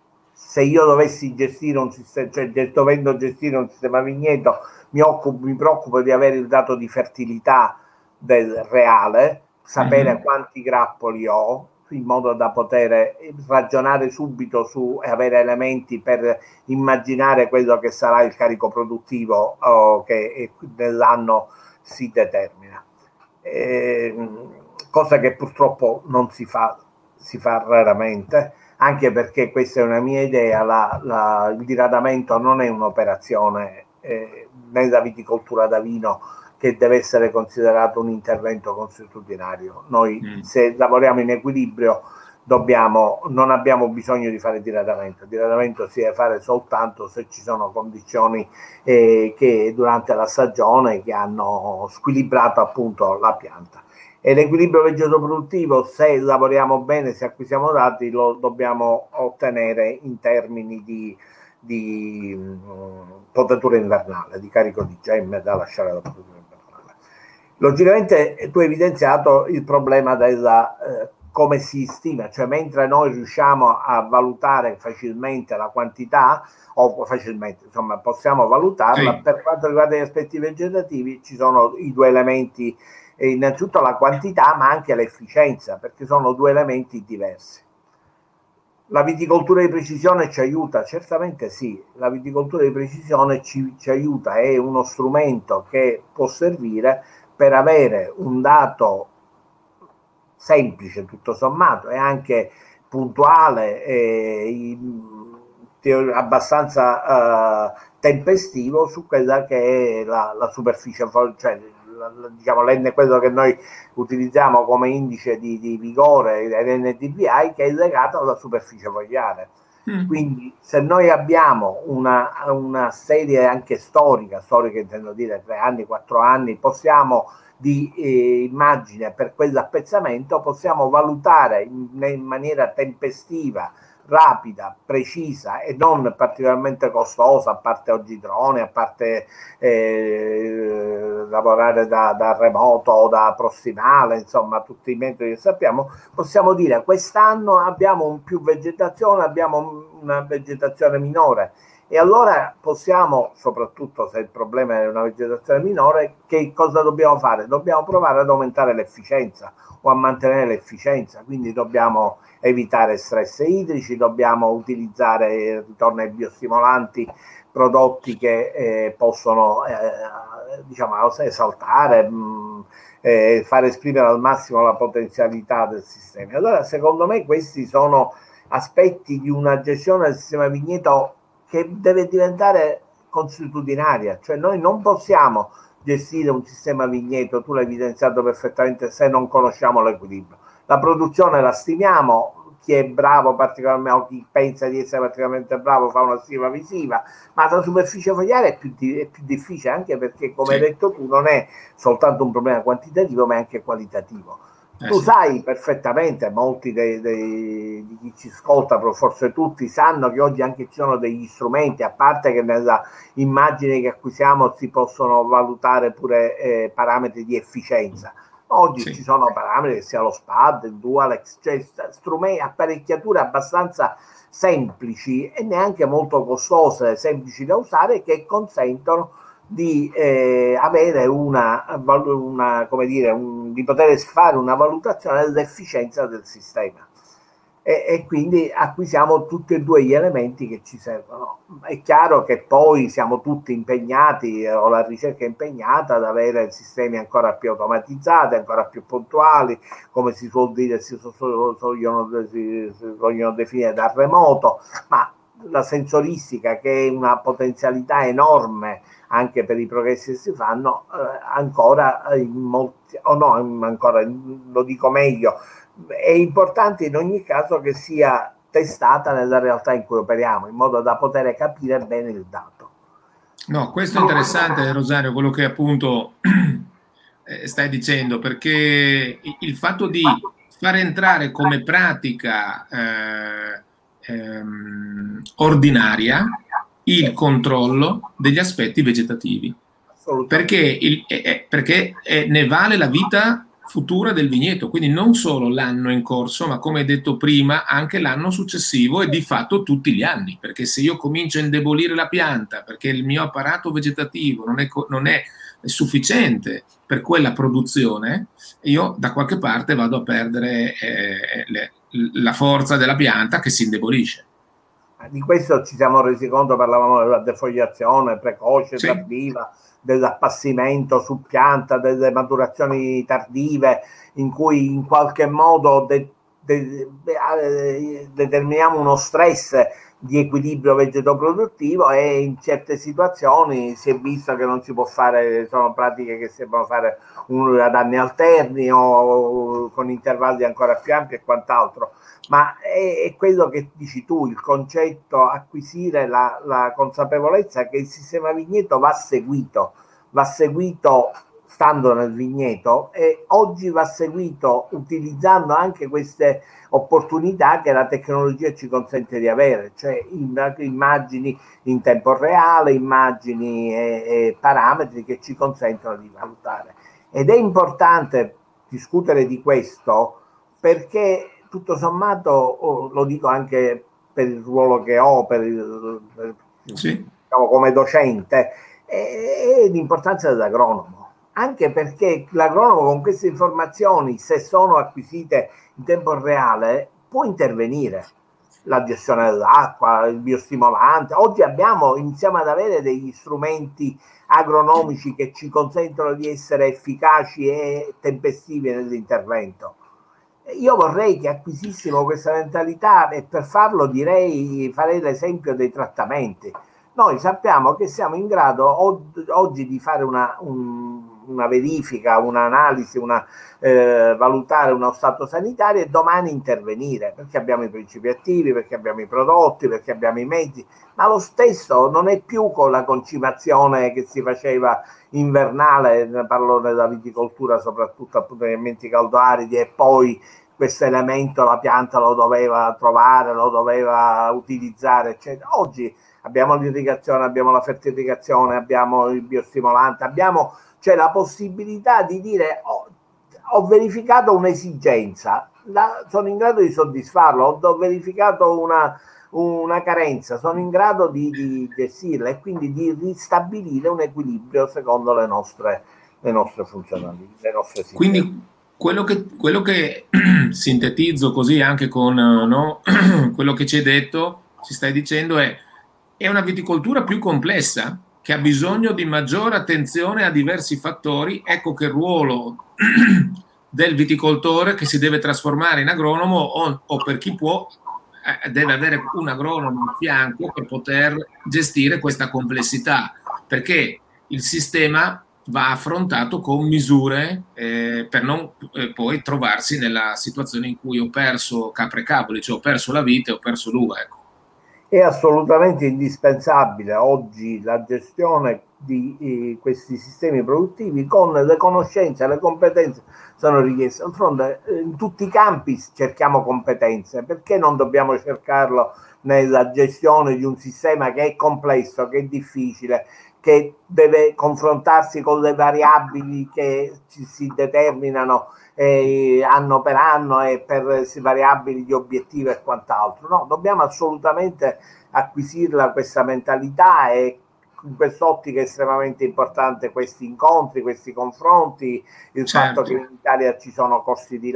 se io dovessi gestire un sistema, cioè dovendo gestire un sistema vigneto, mi, occupo, mi preoccupo di avere il dato di fertilità del reale, sapere mm-hmm. quanti grappoli ho, in modo da poter ragionare subito su e avere elementi per immaginare quello che sarà il carico produttivo oh, che nell'anno si determina. Eh, cosa che purtroppo non si fa, si fa raramente, anche perché questa è una mia idea, la, la, il diradamento non è un'operazione eh, nella viticoltura da vino che deve essere considerato un intervento consuetudinario. Noi mm. se lavoriamo in equilibrio dobbiamo, non abbiamo bisogno di fare diradamento. Il diradamento si deve fare soltanto se ci sono condizioni eh, che durante la stagione che hanno squilibrato appunto la pianta. E l'equilibrio vegeto-produttivo, se lavoriamo bene, se acquisiamo dati, lo dobbiamo ottenere in termini di, di mh, potatura invernale, di carico di gemme da lasciare alla potatura invernale. Logicamente tu hai evidenziato il problema della eh, come si stima, cioè mentre noi riusciamo a valutare facilmente la quantità, o facilmente, insomma, possiamo valutarla, sì. Per quanto riguarda gli aspetti vegetativi ci sono i due elementi, eh, innanzitutto la quantità, ma anche l'efficienza, perché sono due elementi diversi. La viticoltura di precisione ci aiuta? Certamente sì, la viticoltura di precisione ci, ci aiuta, è uno strumento che può servire per avere un dato semplice, tutto sommato, e anche puntuale e abbastanza uh, tempestivo su quella che è la, la superficie, cioè la, la, diciamo l'N, quello che noi utilizziamo come indice di, di vigore, l'N D V I, che è legato alla superficie fogliare. Mm. Quindi se noi abbiamo una, una serie anche storica, storica intendo dire tre anni, quattro anni, possiamo di eh, immagine per quell'appezzamento, possiamo valutare in, in maniera tempestiva, rapida, precisa e non particolarmente costosa, a parte oggi droni, a parte eh, lavorare da, da remoto o da prossimale, insomma tutti i metodi che sappiamo, possiamo dire quest'anno abbiamo un più vegetazione, abbiamo una vegetazione minore. E allora possiamo, soprattutto se il problema è una vegetazione minore, che cosa dobbiamo fare? Dobbiamo provare ad aumentare l'efficienza o a mantenere l'efficienza, quindi dobbiamo evitare stress idrici, dobbiamo utilizzare, ritorno ai biostimolanti, prodotti che eh, possono eh, diciamo, esaltare, mh, eh, fare esprimere al massimo la potenzialità del sistema. Allora, secondo me questi sono aspetti di una gestione del sistema vigneto che deve diventare consuetudinaria, cioè noi non possiamo gestire un sistema vigneto, tu l'hai evidenziato perfettamente, se non conosciamo l'equilibrio. La produzione la stimiamo, chi è bravo particolarmente o chi pensa di essere particolarmente bravo fa una stima visiva, ma la superficie fogliare è più, di, è più difficile, anche perché, come sì. hai detto tu, non è soltanto un problema quantitativo ma è anche qualitativo. Eh tu sì. sai perfettamente, molti dei, dei, di chi ci ascolta, forse tutti, sanno che oggi anche ci sono degli strumenti, a parte che nella immagine che acquisiamo si possono valutare pure eh, parametri di efficienza. Oggi sì. ci sono parametri, sia lo S P A D, il Dualex, cioè strumenti, apparecchiature abbastanza semplici e neanche molto costose, semplici da usare, che consentono di eh, avere una, una come dire, un, di poter fare una valutazione dell'efficienza del sistema e, e quindi acquisiamo tutti e due gli elementi che ci servono. È chiaro che poi siamo tutti impegnati, o la ricerca è impegnata ad avere sistemi ancora più automatizzati, ancora più puntuali, come si suol dire, si vogliono, si, si vogliono definire da remoto, ma la sensoristica, che è una potenzialità enorme anche per i progressi che si fanno, eh, ancora in molti, o no, ancora lo dico meglio, è importante in ogni caso che sia testata nella realtà in cui operiamo, in modo da poter capire bene il dato. No, questo è interessante, Rosario, quello che appunto eh, stai dicendo, perché il fatto di far entrare come pratica eh, ehm, ordinaria il controllo degli aspetti vegetativi, perché, il, eh, perché eh, ne vale la vita futura del vigneto, quindi non solo l'anno in corso, ma come detto prima, anche l'anno successivo e di fatto tutti gli anni, perché se io comincio a indebolire la pianta, perché il mio apparato vegetativo non è, non è sufficiente per quella produzione, io da qualche parte vado a perdere eh, le, la forza della pianta che si indebolisce. Di questo ci siamo resi conto, parlavamo della defoliazione precoce, Sì. tardiva, dell'appassimento su pianta, delle maturazioni tardive, in cui in qualche modo de, de, de, determiniamo uno stress di equilibrio vegetoproduttivo, e in certe situazioni si è visto che non si può fare, sono pratiche che si devono fare un, ad anni alterni o con intervalli ancora più ampi e quant'altro. Ma è, è quello che dici tu, il concetto, acquisire la, la consapevolezza che il sistema vigneto va seguito, va seguito stando nel vigneto, e oggi va seguito utilizzando anche queste opportunità che la tecnologia ci consente di avere, cioè immagini in tempo reale, immagini e, e parametri che ci consentono di valutare. Ed è importante discutere di questo, perché tutto sommato, oh, lo dico anche per il ruolo che ho, per il, per, sì. diciamo, come docente, è, è l'importanza dell'agronomo. Anche perché l'agronomo con queste informazioni, se sono acquisite in tempo reale, può intervenire. La gestione dell'acqua, il biostimolante. Oggi abbiamo, iniziamo ad avere degli strumenti agronomici che ci consentono di essere efficaci e tempestivi nell'intervento. Io vorrei che acquisissimo questa mentalità, e per farlo direi, farei l'esempio dei trattamenti. Noi sappiamo che siamo in grado oggi di fare una, un, una verifica, un'analisi, una, eh, valutare uno stato sanitario e domani intervenire, perché abbiamo i principi attivi, perché abbiamo i prodotti, perché abbiamo i mezzi, ma lo stesso non è più con la concimazione che si faceva invernale, ne parlo della viticoltura, soprattutto appunto negli ambienti caldo-aridi, e poi questo elemento la pianta lo doveva trovare, lo doveva utilizzare, eccetera. Oggi abbiamo l'irrigazione, abbiamo la fertilizazione, abbiamo il biostimolante, abbiamo cioè la possibilità di dire oh, ho verificato un'esigenza, la, sono in grado di soddisfarlo, ho, ho verificato una, una carenza, sono in grado di, di gestirla e quindi di ristabilire un equilibrio secondo le nostre, le nostre funzionalità, le nostre sistemi. Quindi quello che, quello che sintetizzo così anche con no, quello che ci hai detto, ci stai dicendo è è una viticoltura più complessa che ha bisogno di maggiore attenzione a diversi fattori. Ecco che il ruolo del viticoltore che si deve trasformare in agronomo o, o per chi può eh, deve avere un agronomo in fianco per poter gestire questa complessità, perché il sistema va affrontato con misure eh, per non eh, poi trovarsi nella situazione in cui ho perso capre e cavoli, cioè ho perso la vite, ho perso l'uva, ecco. È assolutamente indispensabile oggi la gestione di eh, questi sistemi produttivi con le conoscenze, le competenze sono richieste. D'altronde in tutti i campi cerchiamo competenze, perché non dobbiamo cercarlo nella gestione di un sistema che è complesso, che è difficile, che deve confrontarsi con le variabili che ci si determinano eh, anno per anno e per variabili di obiettivo e quant'altro. No, dobbiamo assolutamente acquisirla questa mentalità, e in quest'ottica è estremamente importante questi incontri, questi confronti, il certo. fatto che in Italia ci sono corsi di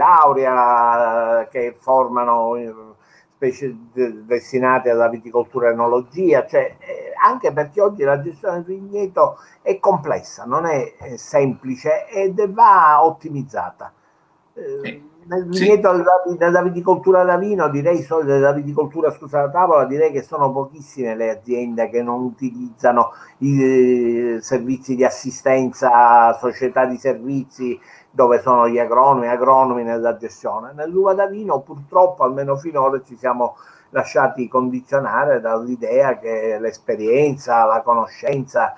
laurea che formano eh, specie destinate alla viticoltura e enologia, cioè eh, anche perché oggi la gestione del vigneto è complessa, non è, è semplice ed va ottimizzata. Eh, nel vigneto, sì. della, della viticoltura da vino, direi, della viticoltura scusa da tavola, direi che sono pochissime le aziende che non utilizzano i eh, servizi di assistenza, società di servizi, dove sono gli agronomi, agronomi nella gestione. Nell'uva da vino purtroppo, almeno finora, ci siamo lasciati condizionare dall'idea che l'esperienza, la conoscenza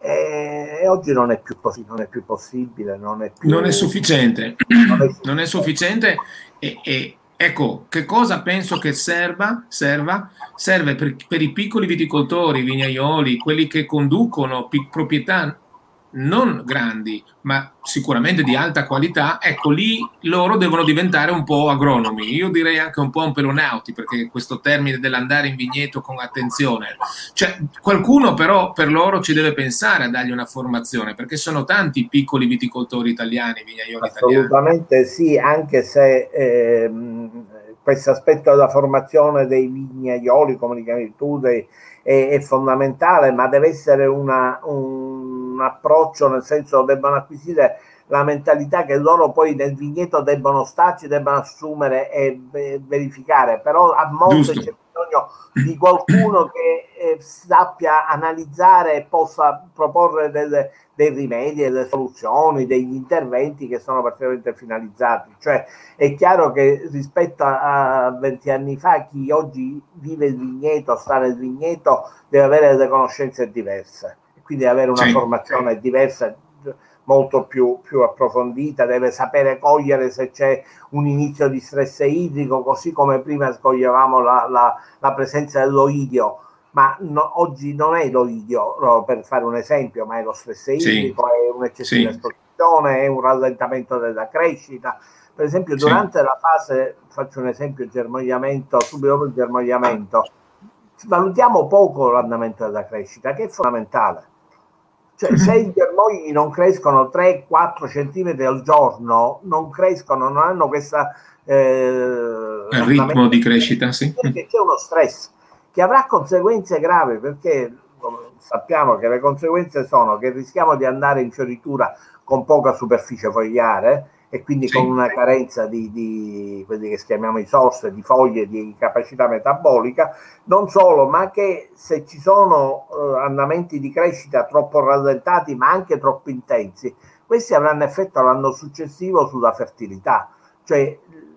e, e oggi non è più così, non è più possibile, non è più non è sufficiente, non è, non è sufficiente e, e ecco che cosa penso che serva, serva serve per, per i piccoli viticoltori, vignaioli, quelli che conducono pic- proprietà non grandi, ma sicuramente di alta qualità, ecco lì loro devono diventare un po' agronomi, io direi anche un po' ampelonauti, perché questo termine dell'andare in vigneto con attenzione, cioè qualcuno però per loro ci deve pensare a dargli una formazione, perché sono tanti i piccoli viticoltori italiani, vignaioli italiani. Assolutamente sì, anche se ehm, questo aspetto della formazione dei vignaioli, come li chiami tu, dei, è, è fondamentale, ma deve essere una, un, un approccio, nel senso devono acquisire la mentalità che loro poi nel vigneto debbono starci, debbano assumere e verificare, però a monte c'è bisogno di qualcuno che eh, sappia analizzare e possa proporre delle, dei rimedi, delle soluzioni, degli interventi che sono particolarmente finalizzati. Cioè è chiaro che rispetto a venti anni fa chi oggi vive il vigneto, sta nel vigneto, deve avere delle conoscenze diverse, quindi avere una sì. formazione diversa, molto più, più approfondita, deve sapere cogliere se c'è un inizio di stress idrico, così come prima scoglievamo la, la, la presenza dell'oidio, ma no, oggi non è l'oidio, no, per fare un esempio, ma è lo stress idrico, sì. è un'eccessiva sì. esposizione, è un rallentamento della crescita. Per esempio durante sì. la fase, faccio un esempio, germogliamento, subito dopo il germogliamento, valutiamo poco l'andamento della crescita, che è fondamentale. Cioè, se i germogli non crescono tre quattro centimetri al giorno, non crescono, non hanno questa eh, il ritmo di crescita, sì. Perché c'è uno stress che avrà conseguenze gravi, perché sappiamo che le conseguenze sono che rischiamo di andare in fioritura con poca superficie fogliare e quindi sì. con una carenza di, di quelli che chiamiamo i source, di foglie, di capacità metabolica, non solo, ma che se ci sono eh, andamenti di crescita troppo rallentati ma anche troppo intensi, questi avranno effetto l'anno successivo sulla fertilità. Cioè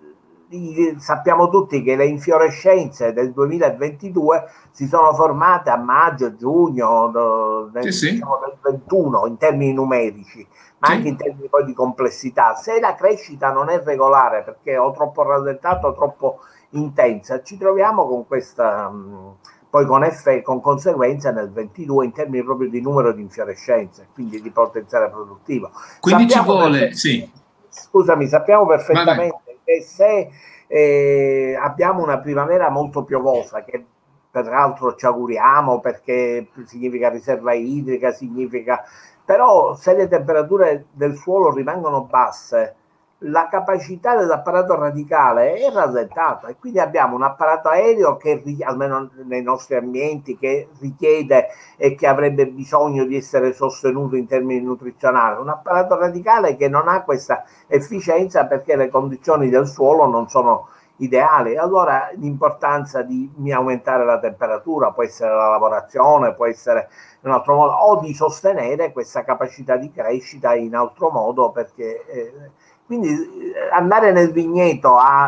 sappiamo tutti che le infiorescenze del duemilaventidue si sono formate a maggio, giugno del, sì, diciamo, del ventuno in termini numerici, ma sì. anche in termini poi di complessità. Se la crescita non è regolare perché è o troppo rallentata o troppo intensa, ci troviamo con questa mh, poi con, F, con conseguenze nel ventidue in termini proprio di numero di infiorescenze, quindi di potenziale produttivo. Quindi sappiamo ci vuole, sì. Scusami, sappiamo perfettamente Vabbè. che se eh, abbiamo una primavera molto piovosa, che peraltro ci auguriamo perché significa riserva idrica, significa, però se le temperature del suolo rimangono basse, la capacità dell'apparato radicale è rallentata e quindi abbiamo un apparato aereo che, almeno nei nostri ambienti, che richiede e che avrebbe bisogno di essere sostenuto in termini nutrizionali, un apparato radicale che non ha questa efficienza perché le condizioni del suolo non sono ideali. Allora l'importanza di aumentare la temperatura può essere la lavorazione, può essere in un altro modo, o di sostenere questa capacità di crescita in altro modo, perché eh, quindi andare nel vigneto a,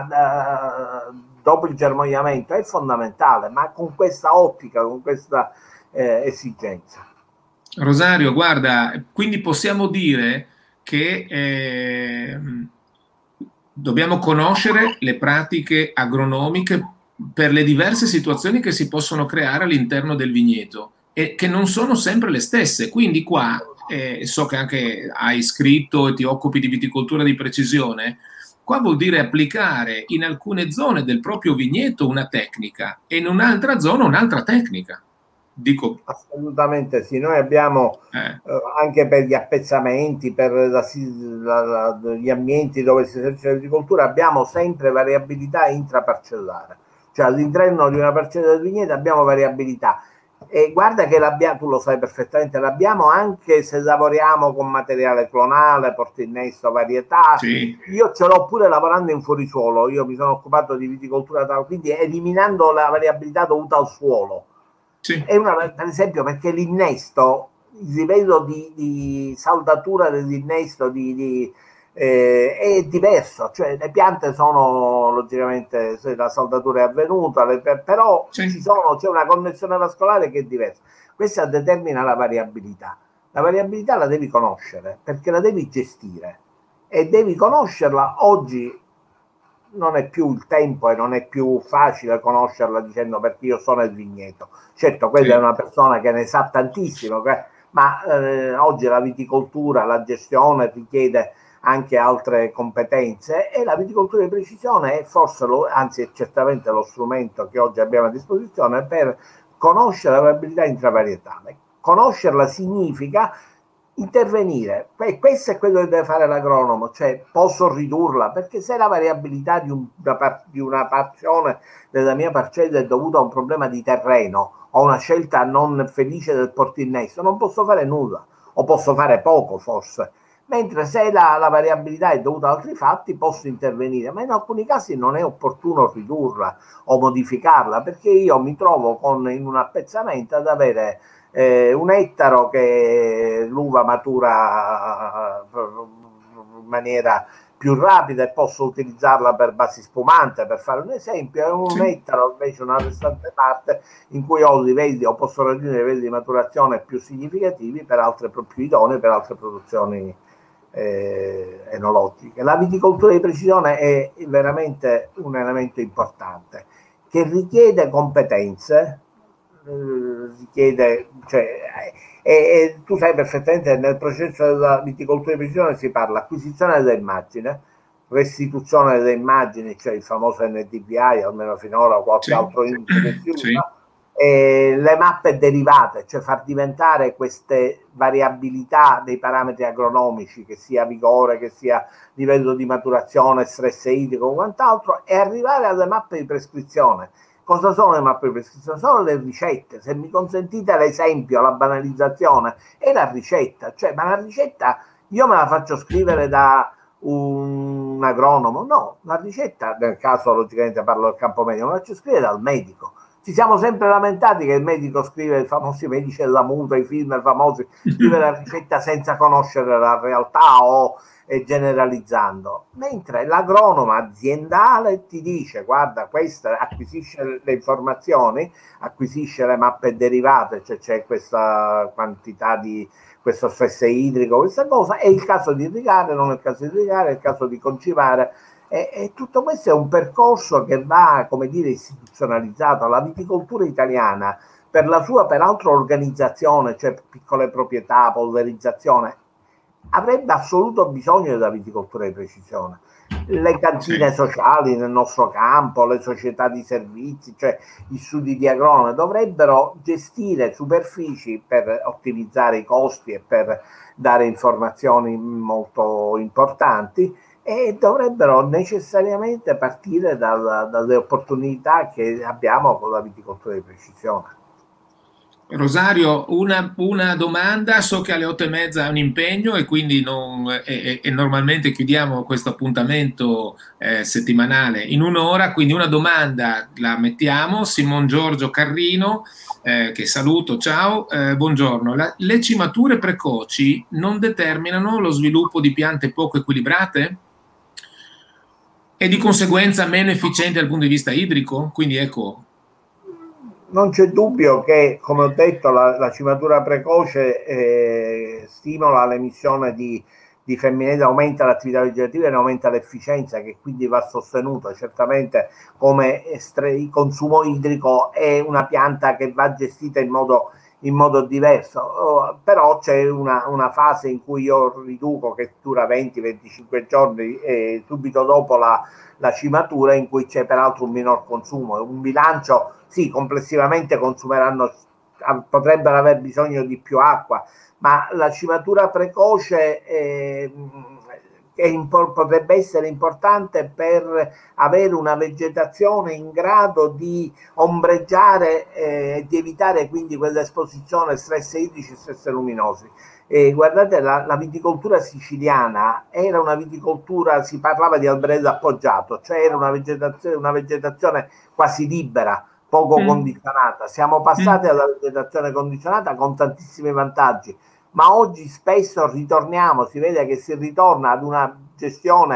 a, dopo il germogliamento è fondamentale, ma con questa ottica, con questa eh, esigenza. Rosario, guarda, quindi possiamo dire che eh, dobbiamo conoscere le pratiche agronomiche per le diverse situazioni che si possono creare all'interno del vigneto e che non sono sempre le stesse. Quindi qua eh, so che anche hai scritto e ti occupi di viticoltura di precisione. Qua vuol dire applicare in alcune zone del proprio vigneto una tecnica e in un'altra zona un'altra tecnica. Dico. Assolutamente sì, noi abbiamo eh. Eh, anche per gli appezzamenti, per la, la, la, gli ambienti dove si esercita l'agricoltura, abbiamo sempre variabilità intraparcellare, cioè all'interno di una parcella del vigneto abbiamo variabilità e guarda che l'abbiamo, tu lo sai perfettamente, l'abbiamo anche se lavoriamo con materiale clonale, portinnesto, varietà. Sì. Io ce l'ho pure lavorando in fuorisuolo, io mi sono occupato di viticoltura, quindi eliminando la variabilità dovuta al suolo. Sì. È una, per esempio, perché l'innesto, il livello di, di saldatura dell'innesto di, di, eh, è diverso, cioè le piante sono logicamente, se la saldatura è avvenuta, le, però sì. ci sono, c'è una connessione vascolare che è diversa. Questa determina la variabilità. La variabilità la devi conoscere perché la devi gestire e devi conoscerla. Oggi non è più il tempo e non è più facile conoscerla dicendo perché io sono nel vigneto. Certo, quella sì. è una persona che ne sa tantissimo, ma ma eh, oggi la viticoltura, la gestione richiede anche altre competenze, e la viticoltura di precisione è forse, lo, anzi è certamente lo strumento che oggi abbiamo a disposizione per conoscere la variabilità intravarietale. Conoscerla significa intervenire, e questo è quello che deve fare l'agronomo, cioè posso ridurla, perché se la variabilità di, un, di una porzione della mia parcella è dovuta a un problema di terreno o una scelta non felice del portinnesto, non posso fare nulla, o posso fare poco forse. Mentre se la, la variabilità è dovuta ad altri fatti posso intervenire, ma in alcuni casi non è opportuno ridurla o modificarla, perché io mi trovo con, in un appezzamento ad avere eh, un ettaro che l'uva matura in maniera più rapida e posso utilizzarla per basi spumante, per fare un esempio, e un sì. ettaro invece una restante parte in cui ho livelli o posso raggiungere livelli di maturazione più significativi per altre, più idonei per altre produzioni Eh, enologiche. La viticoltura di precisione è veramente un elemento importante che richiede competenze, eh, richiede, cioè, e, e tu sai perfettamente che nel processo della viticoltura di precisione si parla acquisizione dell'immagine, restituzione delle immagini, cioè il famoso N D V I, almeno finora, o qualche sì. altro indice che si usa, sì. E le mappe derivate, cioè far diventare queste variabilità dei parametri agronomici, che sia vigore, che sia livello di maturazione, stress idrico o quant'altro, e arrivare alle mappe di prescrizione. Cosa sono le mappe di prescrizione? Sono le ricette. Se mi consentite l'esempio, la banalizzazione, è la ricetta. Cioè, ma la ricetta io me la faccio scrivere da un agronomo? No, la ricetta, nel caso logicamente parlo del campo medico, me la faccio scrivere dal medico. Ci siamo sempre lamentati che il medico scrive, i famosi medici della muta, i film famosi, scrive la ricetta senza conoscere la realtà o eh, generalizzando, mentre l'agronomo aziendale ti dice: guarda, questa acquisisce le informazioni, acquisisce le mappe derivate, cioè c'è questa quantità di questo stress idrico, questa cosa, è il caso di irrigare, non è il caso di irrigare, è il caso di concimare. E, e tutto questo è un percorso che va, come dire, istituzionalizzato. La viticoltura italiana, per la sua peraltro organizzazione, cioè piccole proprietà, polverizzazione, avrebbe assoluto bisogno della viticoltura di precisione. Le cantine sì. sociali nel nostro campo, le società di servizi, cioè gli studi di agronomi, dovrebbero gestire superfici per ottimizzare i costi e per dare informazioni molto importanti, e dovrebbero necessariamente partire dal, dalle opportunità che abbiamo con la viticoltura di precisione. Rosario, una, una domanda, so che alle otto e mezza è un impegno e quindi non, e, e normalmente chiudiamo questo appuntamento eh, settimanale in un'ora, quindi una domanda la mettiamo. Simon Giorgio Carrino, eh, che saluto, ciao, eh, buongiorno. La, le cimature precoci non determinano lo sviluppo di piante poco equilibrate? E di conseguenza meno efficienti dal punto di vista idrico? Quindi ecco. Non c'è dubbio che, come ho detto, la, la cimatura precoce eh, stimola l'emissione di, di femminili, aumenta l'attività vegetativa e ne aumenta l'efficienza, che quindi va sostenuta. Certamente come estre- consumo idrico è una pianta che va gestita in modo in modo diverso, oh, però c'è una, una fase in cui io riduco, che dura venti venticinque giorni, e subito dopo la, la cimatura, in cui c'è peraltro un minor consumo. Un bilancio, sì, complessivamente consumeranno, potrebbero aver bisogno di più acqua, ma la cimatura precoce eh, è impor- potrebbe essere importante per avere una vegetazione in grado di ombreggiare e eh, di evitare quindi quell'esposizione stress idrici e stress luminosi. E guardate, la, la viticoltura siciliana era una viticoltura, si parlava di alberello appoggiato, cioè era una vegetazione, una vegetazione quasi libera, poco mm. condizionata. Siamo passati mm. alla vegetazione condizionata con tantissimi vantaggi, ma oggi spesso ritorniamo, si vede che si ritorna ad una gestione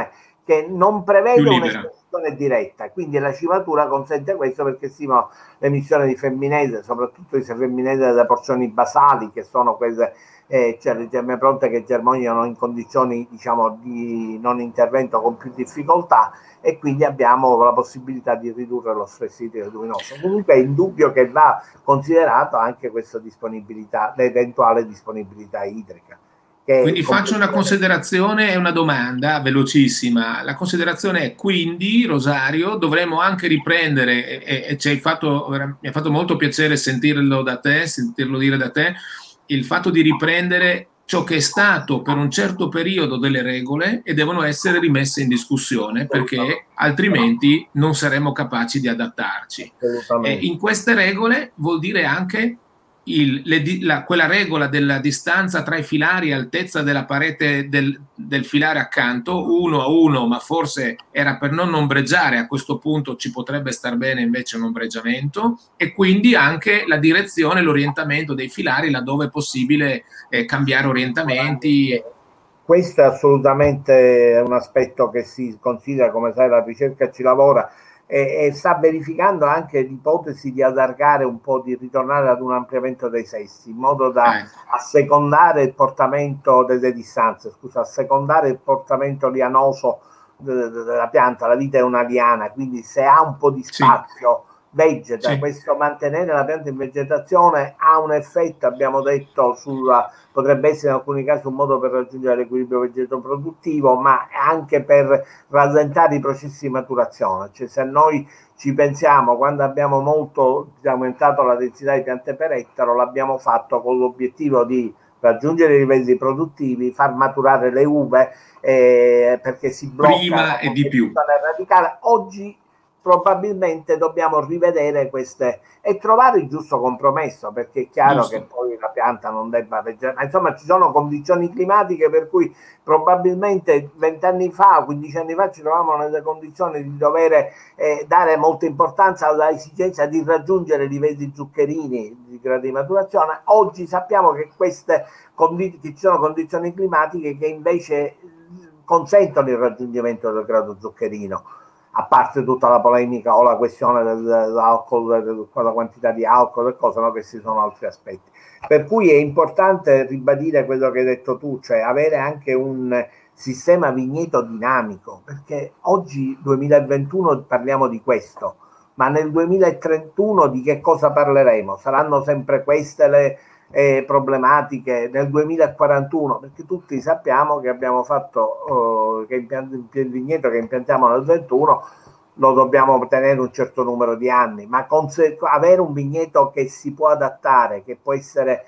che non prevede un'esposizione diretta, quindi la cimatura consente questo, perché stimola l'emissione di femminese, soprattutto di femminese delle porzioni basali, che sono quelle, eh, cioè le gemme pronte che germogliano in condizioni, diciamo, di non intervento con più difficoltà, e quindi abbiamo la possibilità di ridurre lo stress idrico luminoso. Comunque è indubbio che va considerata anche questa disponibilità, l'eventuale disponibilità idrica. Quindi faccio una considerazione e una domanda velocissima. La considerazione è: quindi, Rosario, dovremmo anche riprendere, e, e ci hai fatto, mi ha fatto molto piacere sentirlo da te, sentirlo dire da te, il fatto di riprendere ciò che è stato per un certo periodo delle regole, e devono essere rimesse in discussione, perché altrimenti non saremo capaci di adattarci. E in queste regole vuol dire anche Il, le, la, quella regola della distanza tra i filari, altezza della parete del, del filare accanto, uno a uno, ma forse era per non ombreggiare. A questo punto ci potrebbe star bene invece un ombreggiamento, e quindi anche la direzione, l'orientamento dei filari laddove è possibile eh, cambiare orientamenti. Questo è assolutamente un aspetto che si considera, come sai, la ricerca ci lavora, e, e sta verificando anche l'ipotesi di allargare un po', di ritornare ad un ampliamento dei sessi, in modo da ecco. assecondare il portamento delle distanze, scusa, assecondare il portamento lianoso della pianta. La vita è una liana, quindi se ha un po' di spazio, sì, vegeta. Sì. Questo mantenere la pianta in vegetazione ha un effetto, abbiamo detto, sulla, potrebbe essere in alcuni casi un modo per raggiungere l'equilibrio vegeto-produttivo, ma anche per rallentare i processi di maturazione. Cioè, se noi ci pensiamo, quando abbiamo molto aumentato la densità di piante per ettaro, l'abbiamo fatto con l'obiettivo di raggiungere i livelli produttivi, far maturare le uve, eh, perché si blocca prima e di più radicale. Oggi probabilmente dobbiamo rivedere queste e trovare il giusto compromesso, perché è chiaro, giusto, che poi la pianta non debba vegetare, ma insomma ci sono condizioni climatiche per cui probabilmente vent'anni fa, quindici anni fa, ci trovavamo nelle condizioni di dover eh, dare molta importanza alla esigenza di raggiungere livelli zuccherini di grado di maturazione. Oggi sappiamo che queste condi- che ci sono condizioni climatiche che invece consentono il raggiungimento del grado zuccherino, a parte tutta la polemica o la questione dell'alcol, della quantità di alcol e cose, no, che ci sono altri aspetti. Per cui è importante ribadire quello che hai detto tu, cioè avere anche un sistema vigneto dinamico, perché oggi duemilaventuno parliamo di questo, ma nel duemilatrentuno di che cosa parleremo? Saranno sempre queste le eh, problematiche nel duemilaquarantuno, perché tutti sappiamo che abbiamo fatto eh, che il vigneto che impiantiamo nel ventuno lo dobbiamo ottenere un certo numero di anni, ma avere un vigneto che si può adattare, che può essere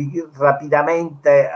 rapidamente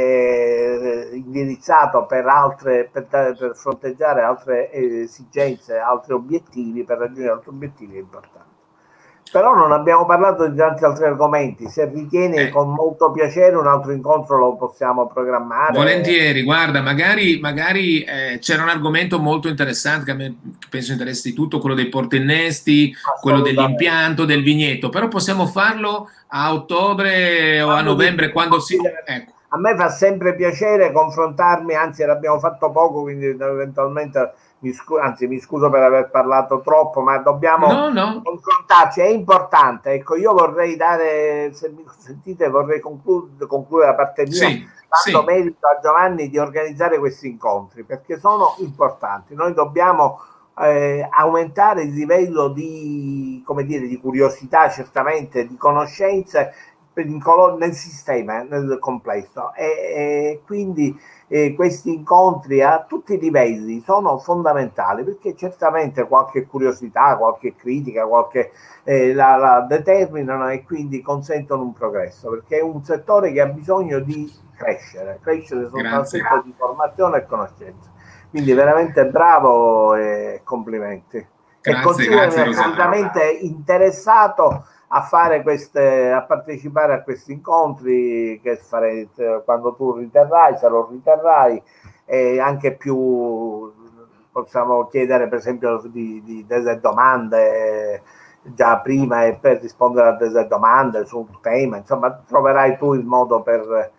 eh, indirizzato per altre, per, per fronteggiare altre esigenze, altri obiettivi, per raggiungere altri obiettivi, è importante. Però non abbiamo parlato di tanti altri argomenti. Se ritieni, eh, con molto piacere un altro incontro lo possiamo programmare. Volentieri, guarda, magari, magari eh, c'era un argomento molto interessante che a me penso interessi tutto, quello dei portainnesti, quello dell'impianto, del vigneto, però possiamo farlo a ottobre o a novembre, quando si... Ecco. A me fa sempre piacere confrontarmi, anzi l'abbiamo fatto poco, quindi eventualmente mi scuso, anzi mi scuso per aver parlato troppo, ma dobbiamo no, no. confrontarci, è importante. Ecco, io vorrei dare, se mi consentite, vorrei concludere, concludere da parte mia, sì, dando sì. merito a Giovanni di organizzare questi incontri, perché sono importanti. Noi dobbiamo eh, aumentare il livello di, come dire, di curiosità, certamente, di conoscenze nel sistema, nel complesso, e, e quindi eh, questi incontri a tutti i livelli sono fondamentali, perché certamente qualche curiosità, qualche critica, qualche eh, la, la determinano e quindi consentono un progresso, perché è un settore che ha bisogno di crescere, crescere soprattutto di formazione e conoscenza. Quindi veramente bravo e complimenti. Grazie, e considerami grazie, assolutamente interessato a fare queste, a partecipare a questi incontri che farei quando tu riterrai, se lo riterrai, e anche più possiamo chiedere per esempio di, di delle domande già prima, e per rispondere a delle domande sul tema, insomma troverai tu il modo per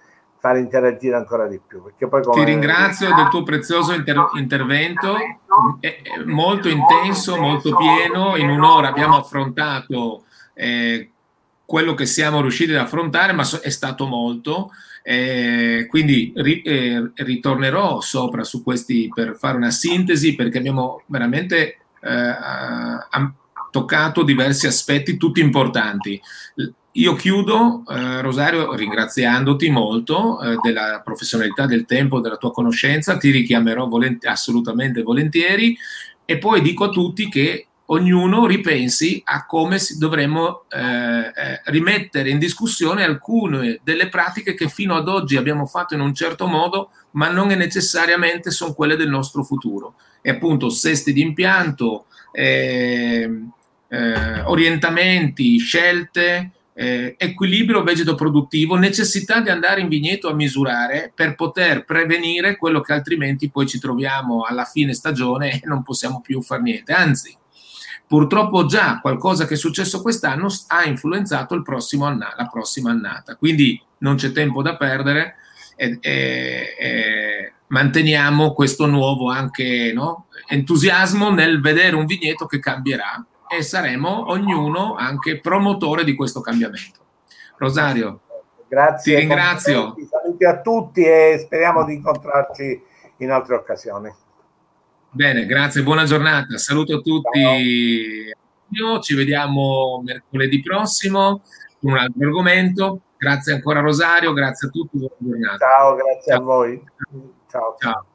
far interagire ancora di più. Perché poi come... Ti ringrazio del tuo prezioso inter- intervento, è, è molto intenso, molto pieno. In un'ora abbiamo affrontato eh, quello che siamo riusciti ad affrontare, ma so- è stato molto. Eh, quindi ri- eh, ritornerò sopra su questi per fare una sintesi, perché abbiamo veramente eh, am- toccato diversi aspetti, tutti importanti. Io chiudo, eh, Rosario, ringraziandoti molto eh, della professionalità, del tempo, della tua conoscenza. Ti richiamerò volent- assolutamente volentieri, e poi dico a tutti che ognuno ripensi a come si dovremmo eh, eh, rimettere in discussione alcune delle pratiche che fino ad oggi abbiamo fatto in un certo modo, ma non necessariamente sono quelle del nostro futuro. E appunto sesti di impianto, eh, eh, orientamenti, scelte, eh, equilibrio vegeto-produttivo, necessità di andare in vigneto a misurare per poter prevenire quello che altrimenti poi ci troviamo alla fine stagione e non possiamo più fare niente. Anzi, purtroppo già qualcosa che è successo quest'anno ha influenzato il prossimo anna- la prossima annata, quindi non c'è tempo da perdere, e, e, e manteniamo questo nuovo anche, no, entusiasmo nel vedere un vigneto che cambierà, e saremo ognuno anche promotore di questo cambiamento. Rosario, grazie, ti ringrazio. Saluti a tutti e speriamo di incontrarci in altre occasioni. Bene, grazie, buona giornata. Saluto tutti. Ciao. Ci vediamo mercoledì prossimo con un altro argomento. Grazie ancora Rosario, grazie a tutti, buona giornata. Ciao, grazie Ciao. a voi. Ciao. Ciao.